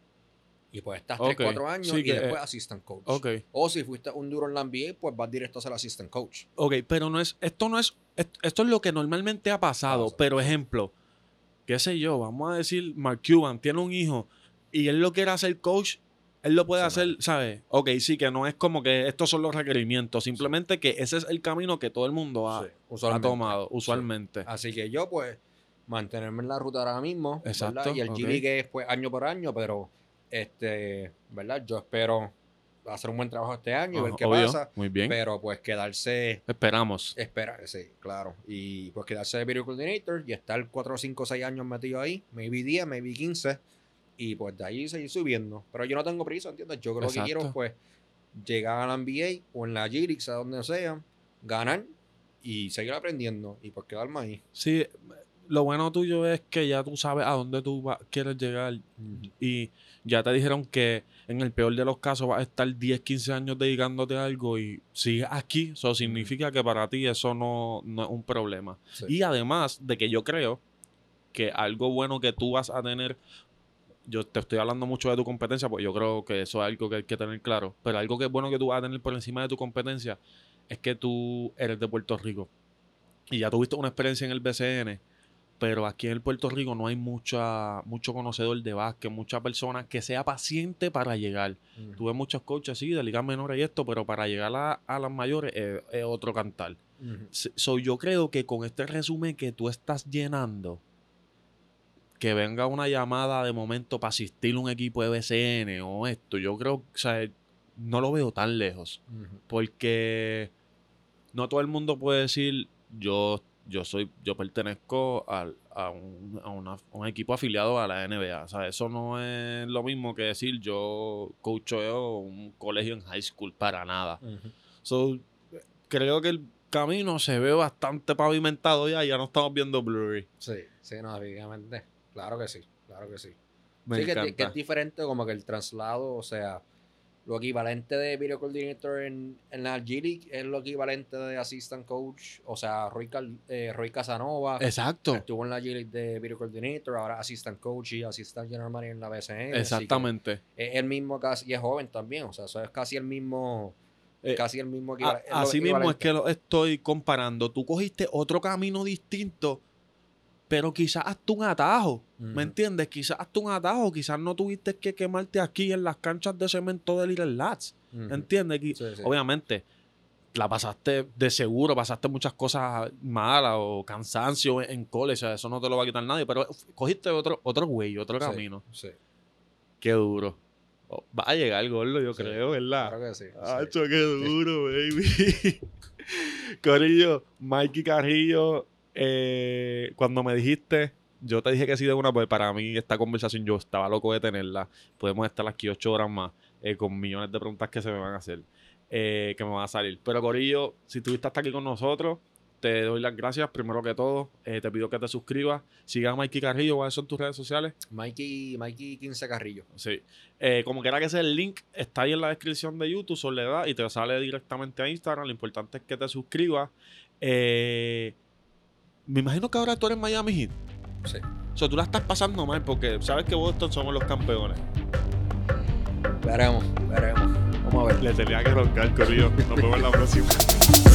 Y pues estás tres, Ok. cuatro años Sí, y que, después eh, assistant coach. Ok. O si fuiste un duro en la N B A, pues vas directo a ser assistant coach. Ok, pero no es, esto no es, est- esto es lo que normalmente ha pasado, Pasa. pero ejemplo, qué sé yo, vamos a decir, Mark Cuban tiene un hijo y él lo quiere hacer coach, él lo puede Se hacer, mete. ¿sabes? Ok, sí, que no es como que estos son los requerimientos, simplemente que ese es el camino que todo el mundo ha, Sí, ha usualmente. tomado, Sí. usualmente. Así que yo, pues, mantenerme en la ruta ahora mismo, Exacto, ¿verdad? Y el ok. G League es, pues, año por año, pero, este, ¿verdad? Yo espero hacer un buen trabajo este año y ver Ajá, qué obvio, pasa. muy bien. Pero, pues, quedarse, Esperamos. espera, sí, claro. Y, pues, quedarse de video coordinator y estar cuatro, cinco, seis años metido ahí, maybe diez, maybe quince, y, pues, de ahí seguir subiendo. Pero yo no tengo prisa, ¿entiendes? Yo creo que Exacto. quiero, pues, llegar a la N B A o en la G League, sea donde sea, ganar y seguir aprendiendo y, pues, quedarme ahí. Sí, lo bueno tuyo es que ya tú sabes a dónde tú va- quieres llegar y ya te dijeron que en el peor de los casos vas a estar diez, quince años dedicándote a algo y sigues aquí. Eso significa que para ti eso no, no es un problema. Sí. Y además de que yo creo que algo bueno que tú vas a tener, yo te estoy hablando mucho de tu competencia, porque yo creo que eso es algo que hay que tener claro, pero algo que es bueno que tú vas a tener por encima de tu competencia es que tú eres de Puerto Rico y ya tuviste una experiencia en el B C N, pero aquí en el Puerto Rico no hay mucha, mucho conocedor de básquet, mucha persona que sea paciente para llegar. Ujú. Tuve muchos coaches así, de ligas menores y esto, pero para llegar a, a las mayores eh, es otro cantar. Ujú. S- So, yo creo que con este resumen que tú estás llenando, que venga una llamada de momento para asistir a un equipo de B C N o esto, yo creo, o sea, no lo veo tan lejos. Ujú. Porque no todo el mundo puede decir, yo, yo soy, yo pertenezco al, a, un, a, una, a un equipo afiliado a la N B A. O sea, eso no es lo mismo que decir yo coacheo un colegio en high school, para nada. Uh-huh. So, creo que el camino se ve bastante pavimentado ya, ya no estamos viendo blurry. Sí, sí, no, obviamente. Claro que sí, claro que sí. Me sí, que, encanta. que es diferente como que el traslado, o sea, lo equivalente de video coordinator en, en la G League es lo equivalente de assistant coach, o sea, Roy, Cal, eh, Roy Casanova. Exacto. Estuvo en la G League de video coordinator, ahora assistant coach y assistant general manager en la B C N. Exactamente. Es el mismo casi, y es joven también, o sea, eso es casi el mismo, Eh, casi el mismo a, equivalente. así mismo es que lo estoy comparando. Tú cogiste otro camino distinto, pero quizás hasta un atajo. Uh-huh. ¿Me entiendes? Quizás hasta un atajo. Quizás no tuviste que quemarte aquí en las canchas de cemento de Little Lats. Uh-huh. ¿Entiendes? Sí, sí. Obviamente, la pasaste de seguro, pasaste muchas cosas malas o cansancio en college. O sea, eso no te lo va a quitar nadie. Pero cogiste otro, otro güey, otro Sí, camino. Sí. Qué duro. Oh, va a llegar, gordo, yo Sí, creo, ¿verdad? Claro que sí. Hacho, sí. qué duro, baby. Corillo, Mikey Carrillo, eh, cuando me dijiste, yo te dije que sí de una, pues para mí esta conversación yo estaba loco de tenerla. Podemos estar aquí ocho horas más eh, con millones de preguntas que se me van a hacer, eh, que me van a salir. Pero Corillo, si estuviste hasta aquí con nosotros, te doy las gracias. Primero que todo, eh, te pido que te suscribas. Sigan a Mikey Carrillo, ¿cuáles son tus redes sociales? Mikey, Mikey quince Carrillo. Sí. Eh, como quiera que sea, el link está ahí en la descripción de YouTube, Soledad, y te sale directamente a Instagram. Lo importante es que te suscribas. Eh, me imagino que ahora tú eres Miami Heat. Sí. O sea, tú la estás pasando mal porque sabes que Boston somos los campeones. Veremos, veremos. Vamos a ver. Le tenía que roncar, Corillo. Nos vemos en la próxima.